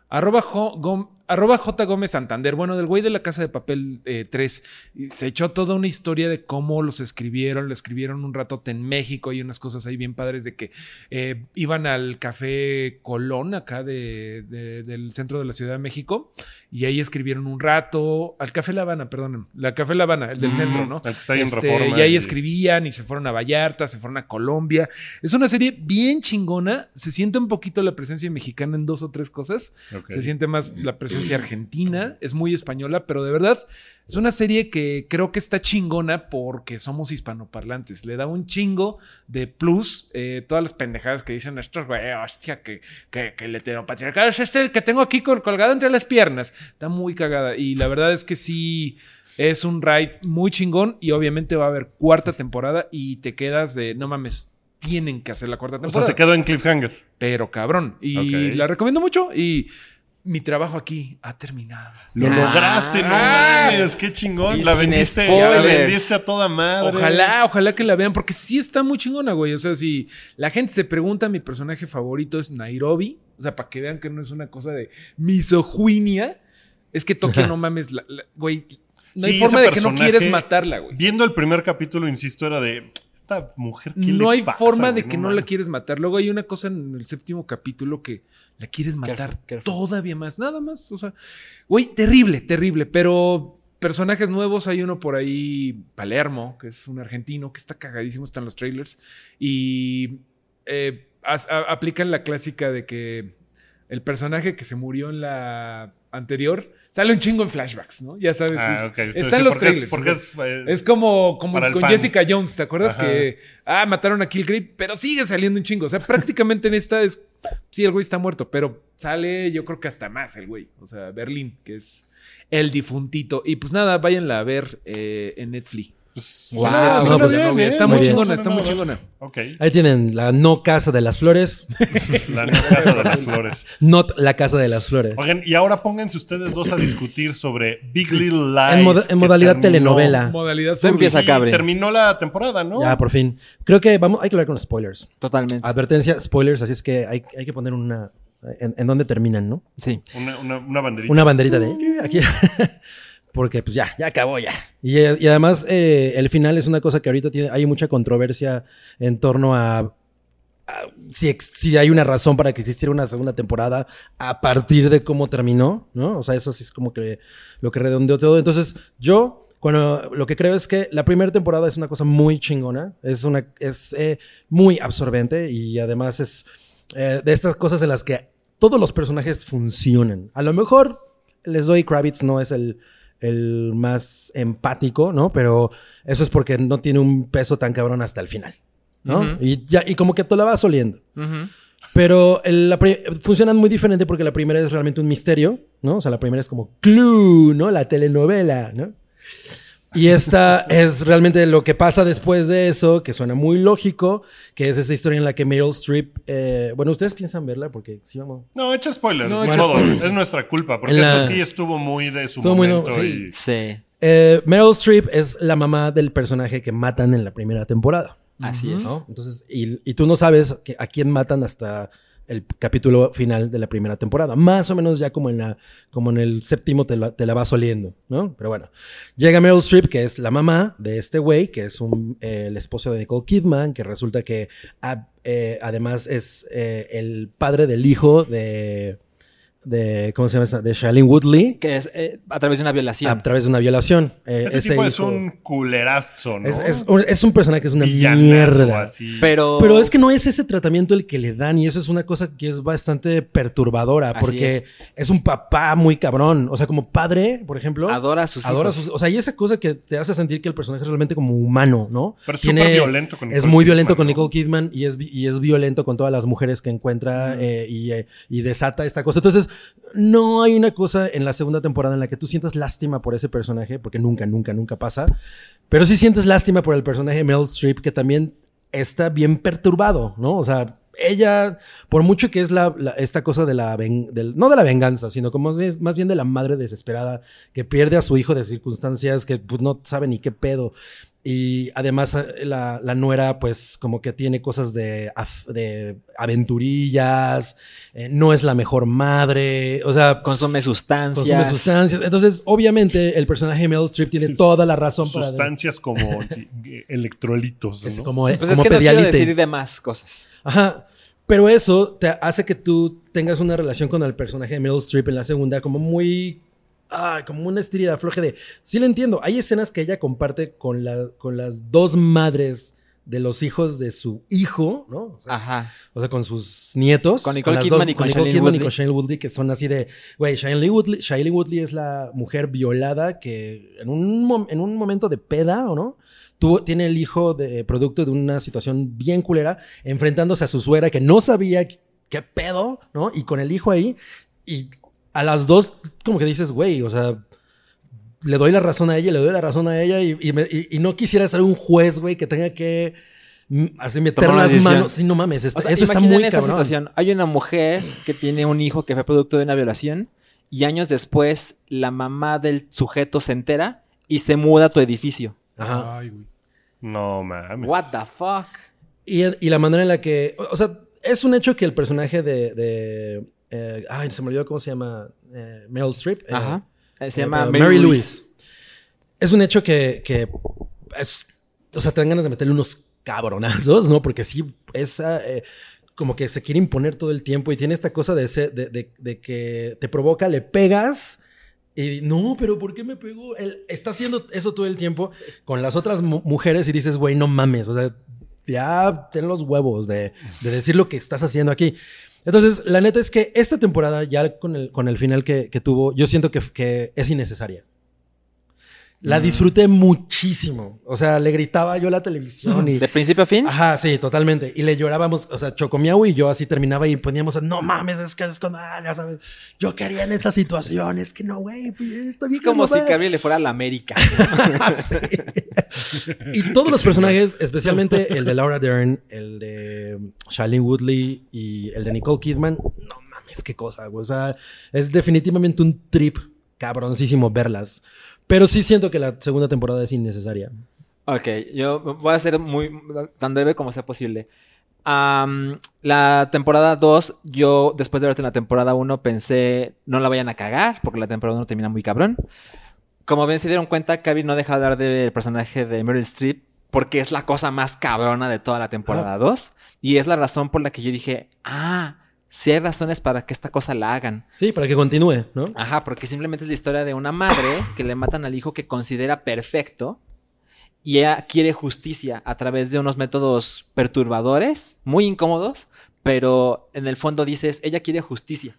@J Gómez Santander, bueno, del güey de La Casa de Papel 3, y se echó toda una historia de cómo lo escribieron un ratote en México, y unas cosas ahí bien padres de que iban al Café Colón, acá del centro de la Ciudad de México, y ahí escribieron un rato, al Café La Habana, perdónenme, la Café La Habana, el del centro, ¿no? El que está ahí en Reforma Y ahí y- escribían y se fueron a Vallarta, se fueron a Colombia. Es una serie bien chingona, se siente un poquito la presencia mexicana en 2 o 3 cosas. Ok. Se siente más la presencia argentina, es muy española, pero de verdad es una serie que creo que está chingona porque somos hispanoparlantes. Le da un chingo de plus. Todas las pendejadas que dicen estos, güey, hostia, que el heteropatriarcado es este que tengo aquí colgado entre las piernas. Está muy cagada. Y la verdad es que sí, es un ride muy chingón. Y obviamente va a haber 4ª temporada y te quedas de, no mames, tienen que hacer la 4ª O temporada. sea, se quedó en cliffhanger. Pero cabrón. Y Ok. la recomiendo mucho. Y mi trabajo aquí ha terminado. Lo lograste, no mames, qué chingón. Y La sin vendiste, spoilers. la vendiste a toda madre. Ojalá que la vean, porque sí está muy chingona, güey. O sea, si la gente se pregunta, mi personaje favorito es Nairobi. O sea, para que vean que no es una cosa de misoginia. Es que Tokio, no mames, güey. No hay Sí, forma ese de que no personaje, quieres matarla, güey. Viendo el primer capítulo, insisto, era de esta mujer. ¿Qué No le hay pasa, forma de güey? que no la mames. quieres matar. Luego hay una cosa en el 7º capítulo que la quieres matar Careful. todavía más. Nada más. O sea, güey, terrible. Pero personajes nuevos. Hay uno por ahí, Palermo, que es un argentino, que está cagadísimo, están los trailers. Y aplican la clásica de que el personaje que se murió en la anterior sale un chingo en flashbacks, ¿no? Ya sabes. Ok. Está en los trailers. Porque o sea, es, es como para el con fan. Jessica Jones, ¿te acuerdas? Ajá. Que mataron a Killgrave, pero sigue saliendo un chingo. O sea, prácticamente en esta es. Sí, el güey está muerto, pero sale, yo creo que hasta más el güey. O sea, Berlín, que es el difuntito. Y pues nada, váyanla a ver en Netflix. pues, Wow, suena- no, suena pues, bien, ¿eh? Está muy muy bien. chingona, Suena está muy nada. chingona. Ok. Ahí tienen la no casa de las flores, La casa de las flores. not la casa de las flores. Oigan, y ahora pónganse ustedes dos a discutir sobre Big Little Lies. En modalidad que telenovela. Modalidad Tú empieza, Sí, Cabri. terminó la temporada, ¿no? Ya, por fin. Creo que hay que hablar con spoilers. Totalmente. Advertencia, spoilers, así es que hay que poner una... En dónde terminan, ¿no? Sí. Una banderita. Una banderita de... Aquí. Porque pues ya acabó ya. Y además el final es una cosa que ahorita hay mucha controversia en torno a si hay una razón para que existiera una segunda temporada a partir de cómo terminó, ¿no? O sea, eso sí es como que lo que redondeó todo. Entonces, lo que creo es que la primera temporada es una cosa muy chingona, es muy absorbente y además es de estas cosas en las que todos los personajes funcionan. A lo mejor les doy Kravitz no es el más empático, ¿no? Pero eso es porque no tiene un peso tan cabrón hasta el final, ¿no? Ujú. Y como que te la vas oliendo. Ujú. Pero funcionan muy diferente porque la primera es realmente un misterio, ¿no? O sea, la primera es como Clue, ¿no? La telenovela, ¿no? Y esta es realmente lo que pasa después de eso, que suena muy lógico, que es esa historia en la que Meryl Streep... bueno, ¿ustedes piensan verla? Porque sí, vamos... No, echa spoilers. No, es echa todo. Es nuestra culpa. Porque En la- esto sí estuvo muy de su Estuvo muy momento. sí. y- Sí. Meryl Streep es la mamá del personaje que matan en la primera temporada, Así es. ¿no? Entonces, y tú no sabes a quién matan hasta el capítulo final de la primera temporada. Más o menos ya como en el 7º te la vas oliendo, ¿no? Pero bueno. Llega Meryl Streep, que es la mamá de este güey, que es el esposo de Nicole Kidman, que resulta que además es el padre del hijo de ¿cómo se llama esa? De Shailene Woodley, Que es a través de una violación. a través de una violación. Ese Ese tipo es hijo- un culerazo, ¿no? es un personaje que es una Villanazo, mierda. así. Pero es que no es ese tratamiento el que le dan y eso es una cosa que es bastante perturbadora Así porque es un papá muy cabrón. O sea, como padre, por ejemplo, Adora a sus hijos. o sea, y esa cosa que te hace sentir que el personaje es realmente como humano, ¿no? Pero es súper violento con Es Nicole muy violento Kidman, con ¿no? Nicole Kidman y es violento con todas las mujeres que encuentra y desata esta cosa. Entonces, no hay una cosa en la segunda temporada en la que tú sientas lástima por ese personaje, porque nunca pasa. Pero sí sientes lástima por el personaje de Meryl Streep, que también está bien perturbado, ¿no? O sea, ella, por mucho que es esta cosa de no de la venganza, sino como más bien de la madre desesperada que pierde a su hijo de circunstancias que pues, no sabe ni qué pedo. Y además la nuera pues como que tiene cosas de aventurillas, no es la mejor madre, o sea... Consume sustancias. Entonces, obviamente, el personaje de Meryl Streep tiene toda la razón para... Sustancias como electrolitos, ¿no? Es como Pues es que no Pedialite. quiero decir de más cosas. Ajá. Pero eso te hace que tú tengas una relación con el personaje de Meryl Streep en la segunda como muy... como una estirida afloje de... Sí lo entiendo. Hay escenas que ella comparte con las dos madres de los hijos de su hijo, ¿no? Ajá. O sea, con sus nietos. Con Nicole las Kidman y con Nicole Shailene Kidman y Woodley. con Shailene Woodley, que son así de... Güey, Shailene Woodley es la mujer violada que en un momento de peda, ¿o no? Tiene el hijo producto de una situación bien culera, enfrentándose a su suegra que no sabía qué pedo, ¿no? Y con el hijo ahí... Y a las dos, como que dices, güey, o sea, le doy la razón a ella y no quisiera ser un juez, güey, que tenga que así meter Tomar una las decisión. manos. Sí, no mames, O sea, eso está imaginen muy esta cabrón. situación. Hay una mujer que tiene un hijo que fue producto de una violación y años después la mamá del sujeto se entera y se muda a tu edificio. Ajá. Ay, güey. No mames. What the fuck? Y la manera en la que... O sea, es un hecho que el personaje se me olvidó cómo se llama. Meryl Streep. Ajá. Se llama Mary Louise. Es un hecho que es... O sea, te dan ganas de meterle unos cabronazos, ¿no? Porque sí, esa... como que se quiere imponer todo el tiempo y tiene esta cosa de que te provoca, le pegas... Y no, pero ¿por qué me pegó? Él está haciendo eso todo el tiempo con las otras mujeres y dices, güey, no mames. O sea, ya ten los huevos de decir lo que estás haciendo aquí. Entonces, la neta es que esta temporada, ya con el final que tuvo, yo siento que es innecesaria. La disfruté muchísimo. O sea, le gritaba yo a la televisión y... ¿De principio a fin? Ajá, sí, totalmente. Y le llorábamos, o sea, Chocomiao y yo así terminaba y poníamos, no mames, es cuando, ya sabes, yo quería en esta situación, es que no, güey, pues, está bien. Como si Gabriel le fuera a la América. Sí. Y todos los personajes, especialmente el de Laura Dern, el de Shailene Woodley y el de Nicole Kidman, no mames, qué cosa, güey. O sea, es definitivamente un trip cabroncísimo verlas. Pero sí siento que la segunda temporada es innecesaria. Ok, yo voy a ser tan breve como sea posible. La temporada 2, yo después de verte en la temporada 1 pensé, no la vayan a cagar, porque la temporada 1 termina muy cabrón. Como bien se dieron cuenta, Cavi no deja de hablar del personaje de Meryl Streep, porque es la cosa más cabrona de toda la temporada 2. Y es la razón por la que yo dije, sí hay razones para que esta cosa la hagan. Sí, para que continúe, ¿no? Ajá, porque simplemente es la historia de una madre que le matan al hijo que considera perfecto y ella quiere justicia a través de unos métodos perturbadores, muy incómodos, pero en el fondo dices, ella quiere justicia.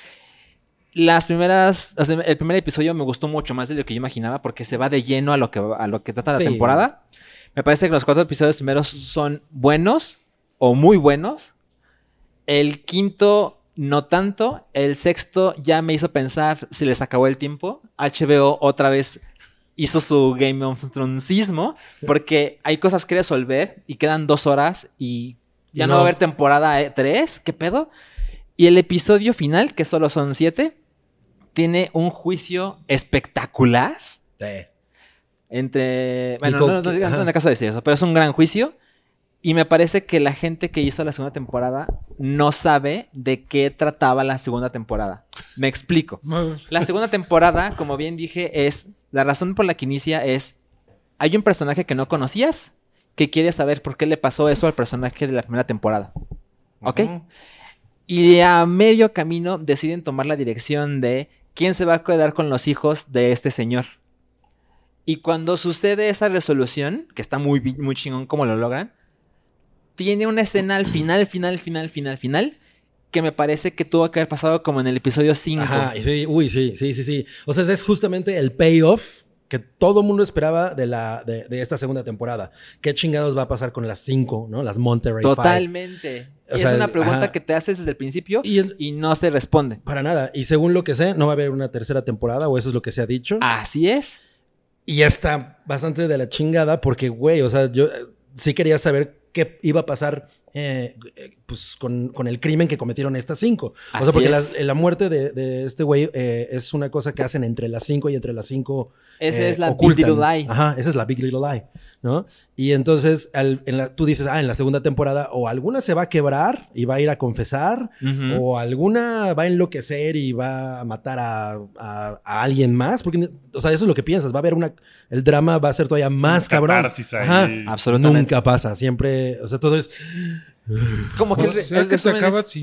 El primer episodio me gustó mucho más de lo que yo imaginaba porque se va de lleno a lo que trata la temporada. Me parece que los 4 episodios primeros son buenos o muy buenos. El quinto, no tanto. El sexto ya me hizo pensar si les acabó el tiempo. HBO otra vez hizo su Game of Thronesismo porque hay cosas que resolver y quedan 2 horas y ya no va a haber temporada 3. ¿Qué pedo? Y el episodio final, que solo son 7, tiene un juicio espectacular. Sí. Entre... Bueno, no en el caso de decir eso, pero es un gran juicio. Y me parece que la gente que hizo la segunda temporada no sabe de qué trataba la segunda temporada. Me explico. La segunda temporada, como bien dije, la razón por la que inicia es... Hay un personaje que no conocías que quiere saber por qué le pasó eso al personaje de la primera temporada. ¿Ok? Y a medio camino deciden tomar la dirección de quién se va a quedar con los hijos de este señor. Y cuando sucede esa resolución, que está muy, muy chingón como lo logran, tiene una escena al final, que me parece que tuvo que haber pasado como en el episodio 5. Ajá, sí, sí. O sea, es justamente el payoff que todo mundo esperaba de esta segunda temporada. ¿Qué chingados va a pasar con las 5, ¿no? Las Monterey Five. Totalmente. Y es una pregunta que te haces desde el principio y no se responde. Para nada. Y según lo que sé, no va a haber una tercera temporada, o eso es lo que se ha dicho. Así es. Y está bastante de la chingada porque, güey, o sea, yo sí quería saber qué iba a pasar pues con el crimen que cometieron estas 5. O Así sea, porque es. la muerte de este güey es una cosa que hacen entre las 5 y entre las 5. Esa es la Big ocultan. Little Lie. Ajá, esa es la Big Little Lie, ¿no? Y entonces tú dices, en la segunda temporada o alguna se va a quebrar y va a ir a confesar, Ujú. o alguna va a enloquecer y va a matar a alguien más, porque, o sea, eso es lo que piensas, va a haber el drama va a ser todavía más cabrón. catarsis ahí. Ajá. Absolutamente. Nunca pasa, siempre, o sea, todo es... Como que O sea, el que te resumen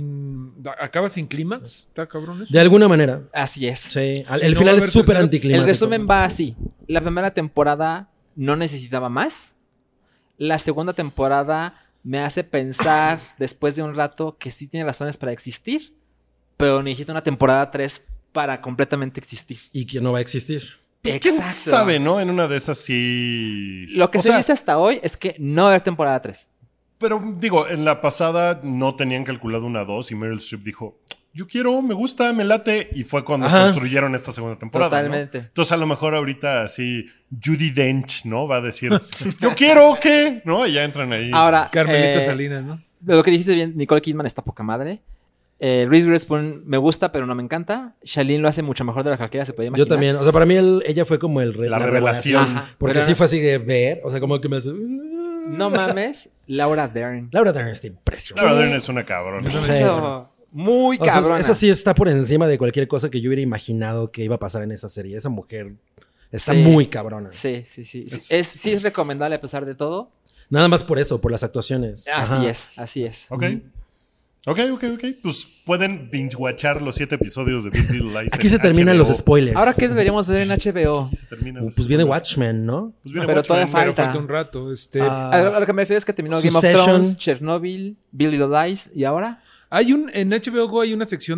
acaba sin clímax. ¿Está cabrón eso? De alguna manera. así es. Sí, Sí, el no final va a es haber súper tercera- anticlimático. El resumen va así. La primera temporada no necesitaba más. La segunda temporada me hace pensar después de un rato que sí tiene razones para existir, pero necesita una temporada 3 para completamente existir. Y que no va a existir. Pues quién Exacto. sabe, ¿no? En una de esas sí... Lo que O se sea, dice hasta hoy es que no va a haber temporada 3. Pero digo, en la pasada no tenían calculado una 2 y Meryl Streep dijo, yo quiero, me gusta, me late. Y fue cuando Ajá. construyeron esta segunda temporada. ¿no? Totalmente. Entonces a lo mejor ahorita así Judi Dench, ¿no? Va a decir, yo quiero, ¿qué? ¿No? Y ya entran ahí. Ahora, Carmelita Salinas, ¿no? de lo que dijiste bien, Nicole Kidman está poca madre. Reese Witherspoon me gusta, pero no me encanta. Shailene lo hace mucho mejor de lo que cualquiera se podía imaginar. Yo también. O sea, para mí ella fue como La revelación. Ajá. Porque Pero sí no- fue así de ver. O sea, como que me hace... No mames, Laura Dern. Laura Dern está impresionante. Laura Dern es una cabrona. Yo Sí, también. bueno. Muy O sea, cabrona. eso sí está por encima de cualquier cosa que yo hubiera imaginado que iba a pasar en esa serie. Esa mujer está Sí. muy cabrona. Sí. Sí es recomendable a pesar de todo. Nada más por eso, por las actuaciones. Ajá. Así es. Ok. Ok. Pues pueden binge-watchar los 7 episodios de Big Little Lies. Aquí en se terminan HBO. los spoilers. Ahora, ¿qué deberíamos ver en HBO? Aquí se terminan los Pues viene spoilers. Watchmen, ¿no? Pues viene Pero Watchmen. todavía Pero falta. falta un rato. Ah, A lo que me refiero es que terminó Game of Succession. Thrones, Chernobyl, Billy the Lies y ahora. en HBO Go hay una sección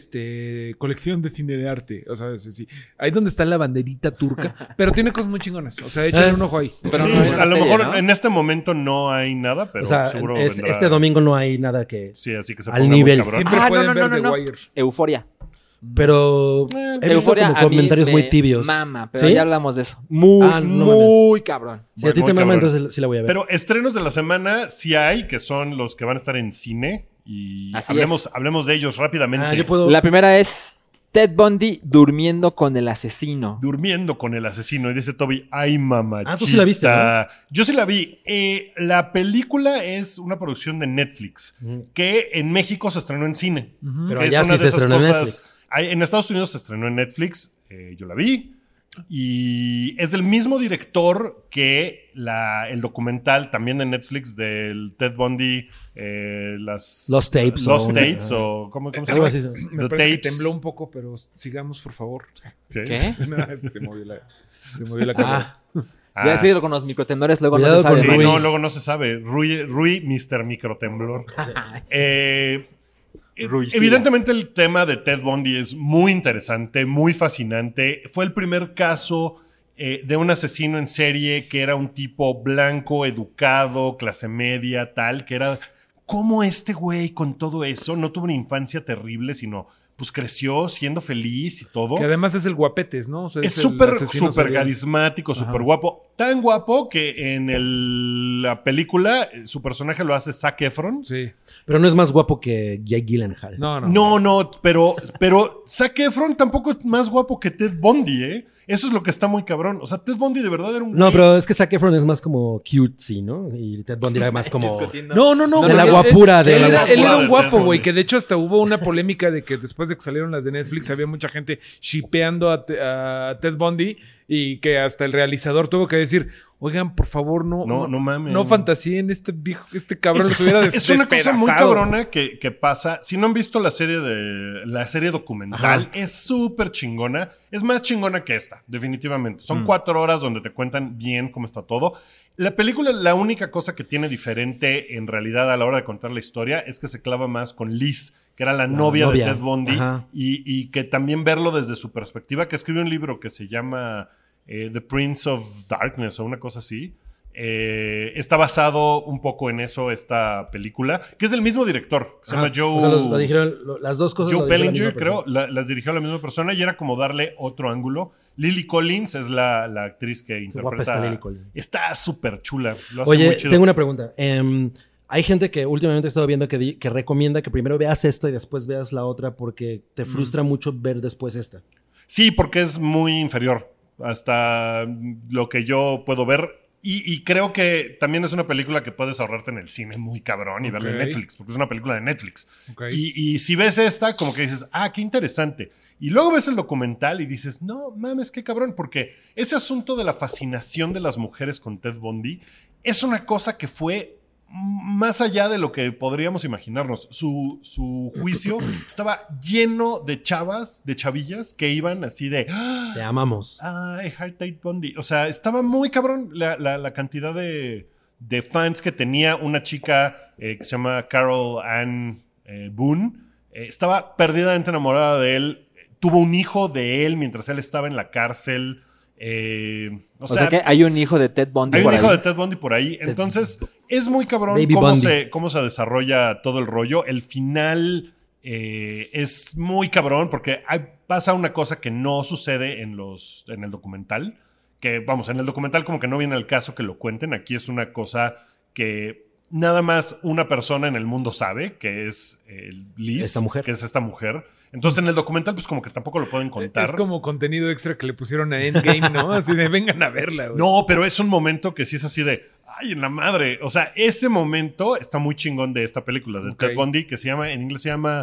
de colección de cine de arte. O sea, sí. Ahí donde está la banderita turca. Pero tiene cosas muy chingonas. O sea, échale un ojo ahí. Pero Sí, no hay una a lo serie, mejor ¿no? en este momento no hay nada, pero o sea, seguro vendrá. este domingo no hay nada que... Sí, así que se al ponga nivel. muy cabrón. Siempre Ah, pueden no, ver no, The no. Wire. Euforia. Pero he visto Euforia como a mí comentarios me muy tibios. Mama, pero ¿Sí? ya hablamos de eso. Muy, Ah, no muy cabrón. Si a ti Muy te mama, cabrón. entonces sí la voy a ver. Pero estrenos de la semana sí hay, que son los que van a estar en cine. Y Así hablemos de ellos rápidamente. yo puedo... La primera es Ted Bundy durmiendo con el asesino. Durmiendo con el asesino. Y dice Toby, ay, mamachita. Ah, tú sí la viste, ¿no? Yo sí la vi. La película es una producción de Netflix, Ujú. que en México se estrenó en cine. Pero Es allá una sí de se esas estrenó en cosas- Netflix. En Estados Unidos se estrenó en Netflix. Yo la vi. Y es del mismo director que el documental también de Netflix del Ted Bundy, Lost Tapes Lost o una- Tapes o ¿cómo se Algo llama? así. Me The parece que Tapes. tembló un poco, pero sigamos, por favor. ¿Qué? No, es que se movió la cámara. Ah, Ya sé, con los microtemblores luego Cuidado no se con sabe. Sí, Rui. no, luego no se sabe. Rui Mr. Microtemblor. Ruicida. Evidentemente el tema de Ted Bundy es muy interesante, muy fascinante. Fue el primer caso de un asesino en serie que era un tipo blanco, educado, clase media, tal, que era... ¿Cómo este güey con todo eso no tuvo una infancia terrible, sino pues creció siendo feliz y todo? Que además es el guapetes, ¿no? O sea, Es el súper asesino súper serial. carismático, súper Ajá. guapo. Tan guapo que en la película su personaje lo hace Zac Efron. Sí. pero no es más guapo que Jake Gyllenhaal. No, pero Zac Efron tampoco es más guapo que Ted Bundy, ¿eh? Eso es lo que está muy cabrón. O sea, Ted Bundy de verdad era un No, güey- pero es que Zac Efron es más como cutesy, ¿no? Y Ted Bundy era más como... No. De porque la guapura de- Él, de la era- él era guapura un de guapo, Ted güey. Bundy. Que de hecho hasta hubo una polémica de que después de que salieron las de Netflix había mucha gente shipeando a Ted Bundy y que hasta el realizador tuvo que decir, oigan, por favor, no mames. no fantasíen, este cabrón lo hubiera Es una cosa muy despedazado". cabrona que pasa. Si no han visto la serie documental, Ajá. es súper chingona. Es más chingona que esta, definitivamente. Son 4 horas donde te cuentan bien cómo está todo. La película, la única cosa que tiene diferente en realidad a la hora de contar la historia es que se clava más con Liz, que era la novia de Ted Bundy, Ajá. y que también verlo desde su perspectiva, que escribió un libro que se llama The Prince of Darkness o una cosa así. Está basado un poco en eso esta película, que es del mismo director, que se Ajá. llama Joe... O sea, lo dijeron, las dos cosas Joe lo dijeron la Bellinger, misma creo, persona. las dirigió la misma persona y era como darle otro ángulo. Lily Collins es la actriz que guapa interpreta. está Lily Collins. Está súper chula. Lo hace muy Oye, chido. tengo una pregunta. Hay gente que últimamente he estado viendo que recomienda que primero veas esta y después veas la otra porque te frustra mucho ver después esta. Sí, porque es muy inferior hasta lo que yo puedo ver. Y creo que también es una película que puedes ahorrarte en el cine muy cabrón y verla en Netflix, porque es una película de Netflix. Okay. Y si ves esta, como que dices, qué interesante. Y luego ves el documental y dices, no mames, qué cabrón, porque ese asunto de la fascinación de las mujeres con Ted Bundy es una cosa que fue más allá de lo que podríamos imaginarnos. Su juicio estaba lleno de chavas, de chavillas que iban así de... Te amamos. Ay, Heart Tate Bundy. O sea, estaba muy cabrón la cantidad de fans que tenía una chica que se llama Carol Ann Boone. Estaba perdidamente enamorada de él. Tuvo un hijo de él mientras él estaba en la cárcel. O sea que hay un hijo de Ted Bundy hay por un hijo ahí. de Ted Bundy por ahí. Entonces, es muy cabrón Baby Bundy. cómo se desarrolla todo el rollo. El final es muy cabrón porque pasa una cosa que no sucede en el documental. Que, vamos, en el documental como que no viene al caso que lo cuenten. Aquí es una cosa que nada más una persona en el mundo sabe, que es Liz. Esta mujer. Que es esta mujer. Entonces, en el documental, pues como que tampoco lo pueden contar. Es como contenido extra que le pusieron a Endgame, ¿no? Así de vengan a verla, güey. No, pero es un momento que sí es así de, ay, en la madre. O sea, ese momento está muy chingón de esta película de Ted Bundy, que en inglés se llama...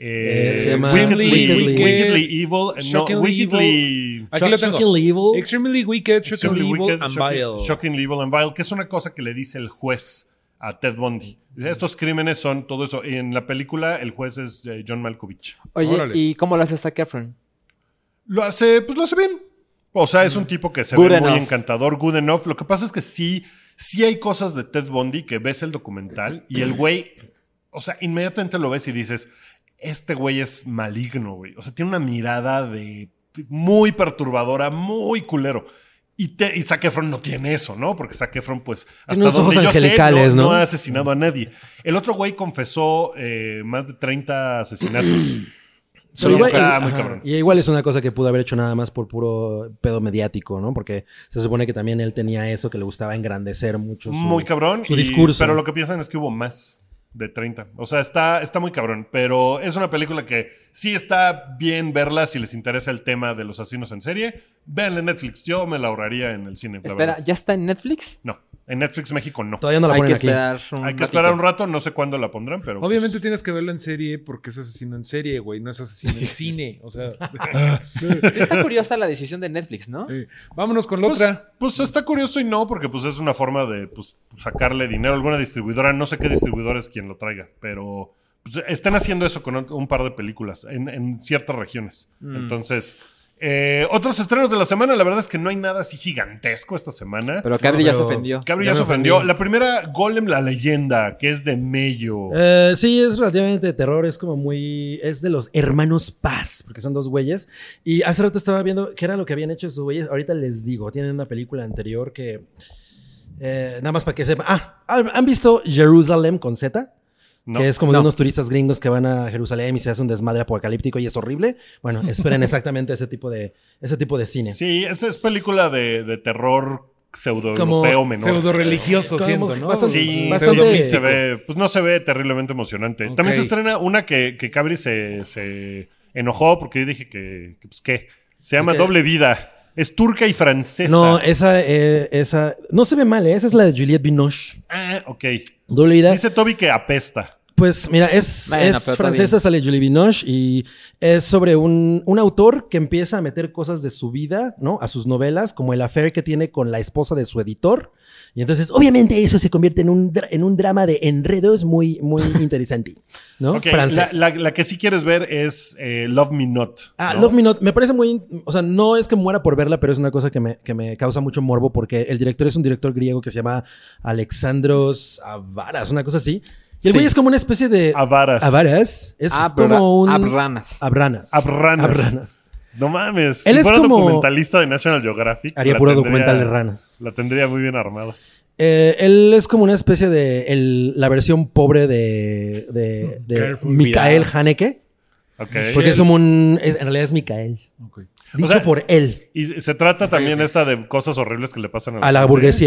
Wickedly Evil. Shockingly Evil. Aquí lo tengo. Shockingly Evil. Extremely Wicked, Shockingly Evil and Vile. Shockingly Evil and Vile, que es una cosa que le dice el juez a Ted Bundy. Dice, estos crímenes son todo eso. Y en la película el juez es John Malkovich. Oye, Órale. ¿y cómo lo hace Zac Efron? Lo hace bien. O sea, es un tipo que se Good ve muy enough. encantador, good enough. Lo que pasa es que sí hay cosas de Ted Bundy que ves el documental y el güey, o sea, inmediatamente lo ves y dices, este güey es maligno, güey. O sea, tiene una mirada muy perturbadora, muy culero. Y Zac Efron no tiene eso, ¿no? Porque Zac Efron, pues, hasta Tiene unos ojos donde yo sé, angelicales, no ¿no? ha asesinado a nadie. El otro güey confesó más de 30 asesinatos. Pero igual, está muy cabrón. y igual es una cosa que pudo haber hecho nada más por puro pedo mediático, ¿no? Porque se supone que también él tenía eso, que le gustaba engrandecer mucho Muy cabrón. su discurso. Pero lo que piensan es que hubo más de 30. O sea, está muy cabrón. Pero es una película que sí está bien verla si les interesa el tema de los asesinos en serie. Véanla en Netflix. Yo me la ahorraría en el cine. la Espera, verdad. ¿ya está en Netflix? No. En Netflix México no. Todavía no la Hay que ponen aquí. esperar un Hay que ratito. esperar un rato. No sé cuándo la pondrán, pero... Obviamente pues, tienes que verla en serie porque es asesino en serie, güey. No es asesino en cine. O sea, Sí está curiosa la decisión de Netflix, ¿no? vámonos con la Pues, otra. pues está curioso y no, porque pues es una forma de pues, sacarle dinero a alguna distribuidora. No sé qué distribuidor es quien lo traiga, pero pues, están haciendo eso con un par de películas en ciertas regiones. Entonces, otros estrenos de la semana, la verdad es que no hay nada así gigantesco esta semana. Pero Cabri ya se pero- ofendió. Cabri ya ya se me ofendió. ofendí. La primera, Golem la leyenda, que es de Mello. Sí, es relativamente de terror, es como muy... Es de los hermanos Paz, porque son dos güeyes. Y hace rato estaba viendo qué era lo que habían hecho esos güeyes. Ahorita les digo, tienen una película anterior que... nada más para que sepan... ¿Han visto Jerusalem con Z? No. Que es como de No. unos turistas gringos que van a Jerusalén y se hace un desmadre apocalíptico y es horrible. Bueno, esperen exactamente ese tipo de cine. Sí, esa es película de terror pseudo Como europeo menor. Pseudo religioso, Como siento, ¿no? bastante- Sí, bastante- sí se ve, pues no se ve terriblemente emocionante. Ok. También se estrena una que Cabri se enojó porque yo dije que pues qué. Se llama ¿Qué? Doble Vida. Es turca y francesa. No, esa... No se ve mal, ¿eh? Esa es la de Juliette Binoche. Ok. Doble vida. Dice Toby que apesta. Pues mira, es Bueno, pero está francesa, bien. sale Julie Binoche y es sobre un autor que empieza a meter cosas de su vida, ¿no? A sus novelas, como el affair que tiene con la esposa de su editor. Y entonces, obviamente, eso se convierte en un drama de enredos muy, muy interesante, ¿no? Ok, Francés. la que sí quieres ver es Love Me Not. ¿no? Love Me Not, me parece muy... O sea, no es que muera por verla, pero es una cosa que me causa mucho morbo porque el director es un director griego que se llama Alexandros Avaras, una cosa así. Y el Sí. güey es como una especie de... Avaras. Avaras. Es como un... Abranas. Abranas. Abranas. No mames. Él si es fuera como- documentalista de National Geographic. Haría la puro tendría- documental de ranas. La tendría muy bien armada. Él es como una especie de la versión pobre de Careful. Mikael Cuidado. Haneke. Ok. Porque es como en realidad es Mikael. Ok. Dicho sea, por él. Y se trata también esta de cosas horribles que le pasan A la burguesía.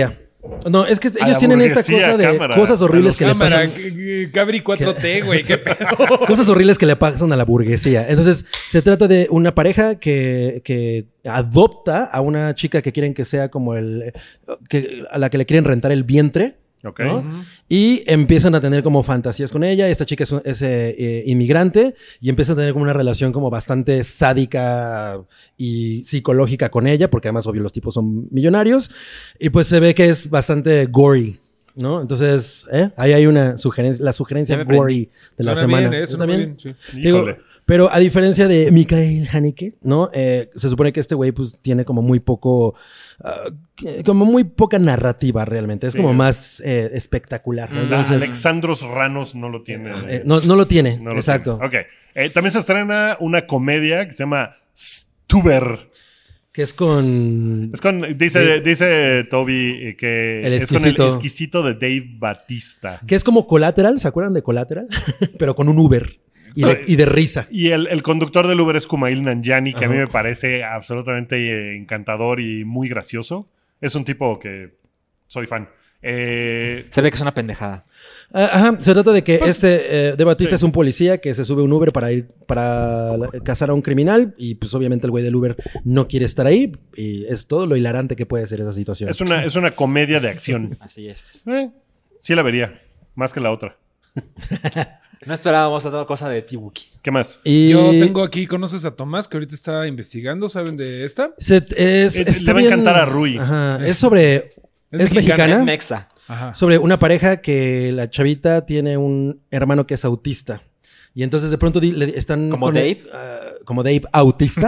No, es que A ellos la tienen esta burguesía, cosa de cámara, cosas horribles a que los le Cámara, pasan. Cabri 4T, güey, qué pedo. Cosas horribles que le pasan a la burguesía. Entonces, se trata de una pareja que adopta a una chica que quieren que sea como a la que le quieren rentar el vientre. Ok. ¿No? Y empiezan a tener como fantasías con ella. Esta chica es inmigrante y empiezan a tener como una relación como bastante sádica y psicológica con ella, porque además, obvio, los tipos son millonarios. Y pues se ve que es bastante gory, ¿no? Entonces, ahí hay una sugerencia, la sugerencia Ya me gory de la Suena semana. bien, ¿Tú suena también? bien, sí. Digo, Híjole. pero a diferencia de Michael Haneke, ¿no? Se supone que este güey pues tiene como muy poco... como muy poca narrativa realmente. Es Sí. como más espectacular, ¿no? O sea, Entonces, Alexandros Ranos no lo tiene. no lo tiene, No lo exacto. tiene. Ok. También se estrena una comedia que se llama Stuber. Que es con... Es con, dice Toby que El es con exquisito. el exquisito de Dave Batista. Que es como Collateral, ¿se acuerdan de Collateral? Pero con un Uber y de risa. Y el conductor del Uber es Kumail Nanjiani, que a mí Ajá. me parece absolutamente encantador y muy gracioso. Es un tipo que soy fan. Se ve que es una pendejada. Ajá, se trata de que de Batista sí. es un policía que se sube a un Uber para cazar a un criminal y pues obviamente el güey del Uber no quiere estar ahí y es todo lo hilarante que puede ser esa situación. Es una comedia de acción. Así es. Sí la vería, más que la otra. No esperábamos otra cosa de Tibuki. ¿Qué más? Y Yo tengo aquí, ¿conoces a Tomás? Que ahorita está investigando, ¿saben de esta? está le va a bien- encantar a Rui. Ajá, es sobre... Es mexicana. Es mexa. Ajá. Sobre una pareja que la chavita tiene un hermano que es autista. Y entonces de pronto le están... ¿Como Dave? Como Dave autista.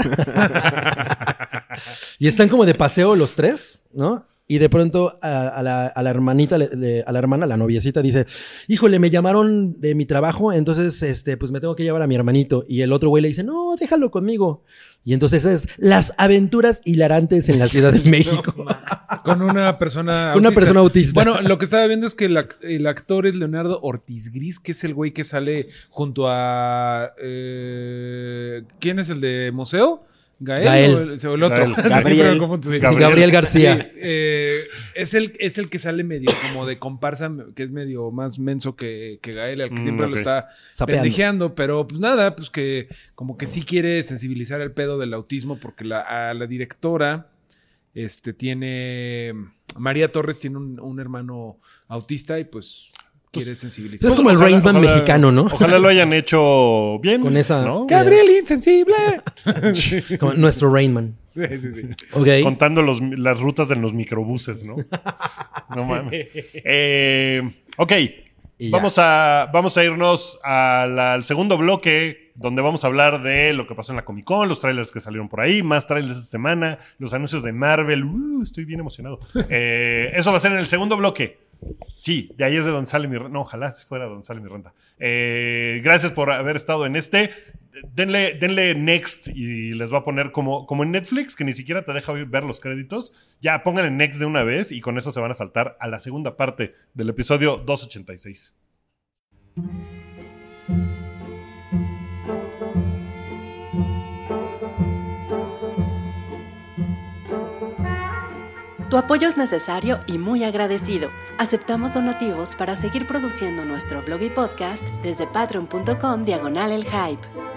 Y están como de paseo los tres, ¿no? Y de pronto a la hermanita, a la hermana, la noviecita, dice, híjole, me llamaron de mi trabajo, entonces pues me tengo que llevar a mi hermanito. Y el otro güey le dice, no, déjalo conmigo. Y entonces es las aventuras hilarantes en la Ciudad de México. Con una persona Una persona autista. Bueno, lo que estaba viendo es que el actor es Leonardo Ortiz Gris, que es el güey que sale junto a... ¿quién es el de Museo? ¿Gael? O el otro. Gael. Sí, Gabriel. pero me confundo, sí. Gabriel García. Sí, es el que sale medio como de comparsa, que es medio más menso que Gael, al que siempre ok. lo está Sapeando. pendejeando, pero pues nada, pues que como que sí quiere sensibilizar el pedo del autismo, porque a la directora tiene... María Torres tiene un hermano autista y pues quiere sensibilizar. Es como el Rain Man Ojalá- mexicano, ¿no? Ojalá lo hayan hecho bien. Con esa- ¿no? ¡Gabriel Insensible! Como nuestro Rain Man. Sí, sí. Ok. Contando las rutas de los microbuses, ¿no? No mames. Ok. Y ya. Vamos a irnos al segundo bloque, donde vamos a hablar de lo que pasó en la Comic Con, los trailers que salieron por ahí, más trailers esta semana, los anuncios de Marvel. Estoy bien emocionado. Eso va a ser en el segundo bloque. Sí, de ahí es de donde sale mi renta. No, ojalá si fuera donde sale mi renta. Gracias por haber estado en este. Denle next y les va a poner como en Netflix, que ni siquiera te deja ver los créditos. Ya pónganle next de una vez y con eso se van a saltar a la segunda parte del episodio 286. Tu apoyo es necesario y muy agradecido. Aceptamos donativos para seguir produciendo nuestro blog y podcast desde patreon.com/elhype.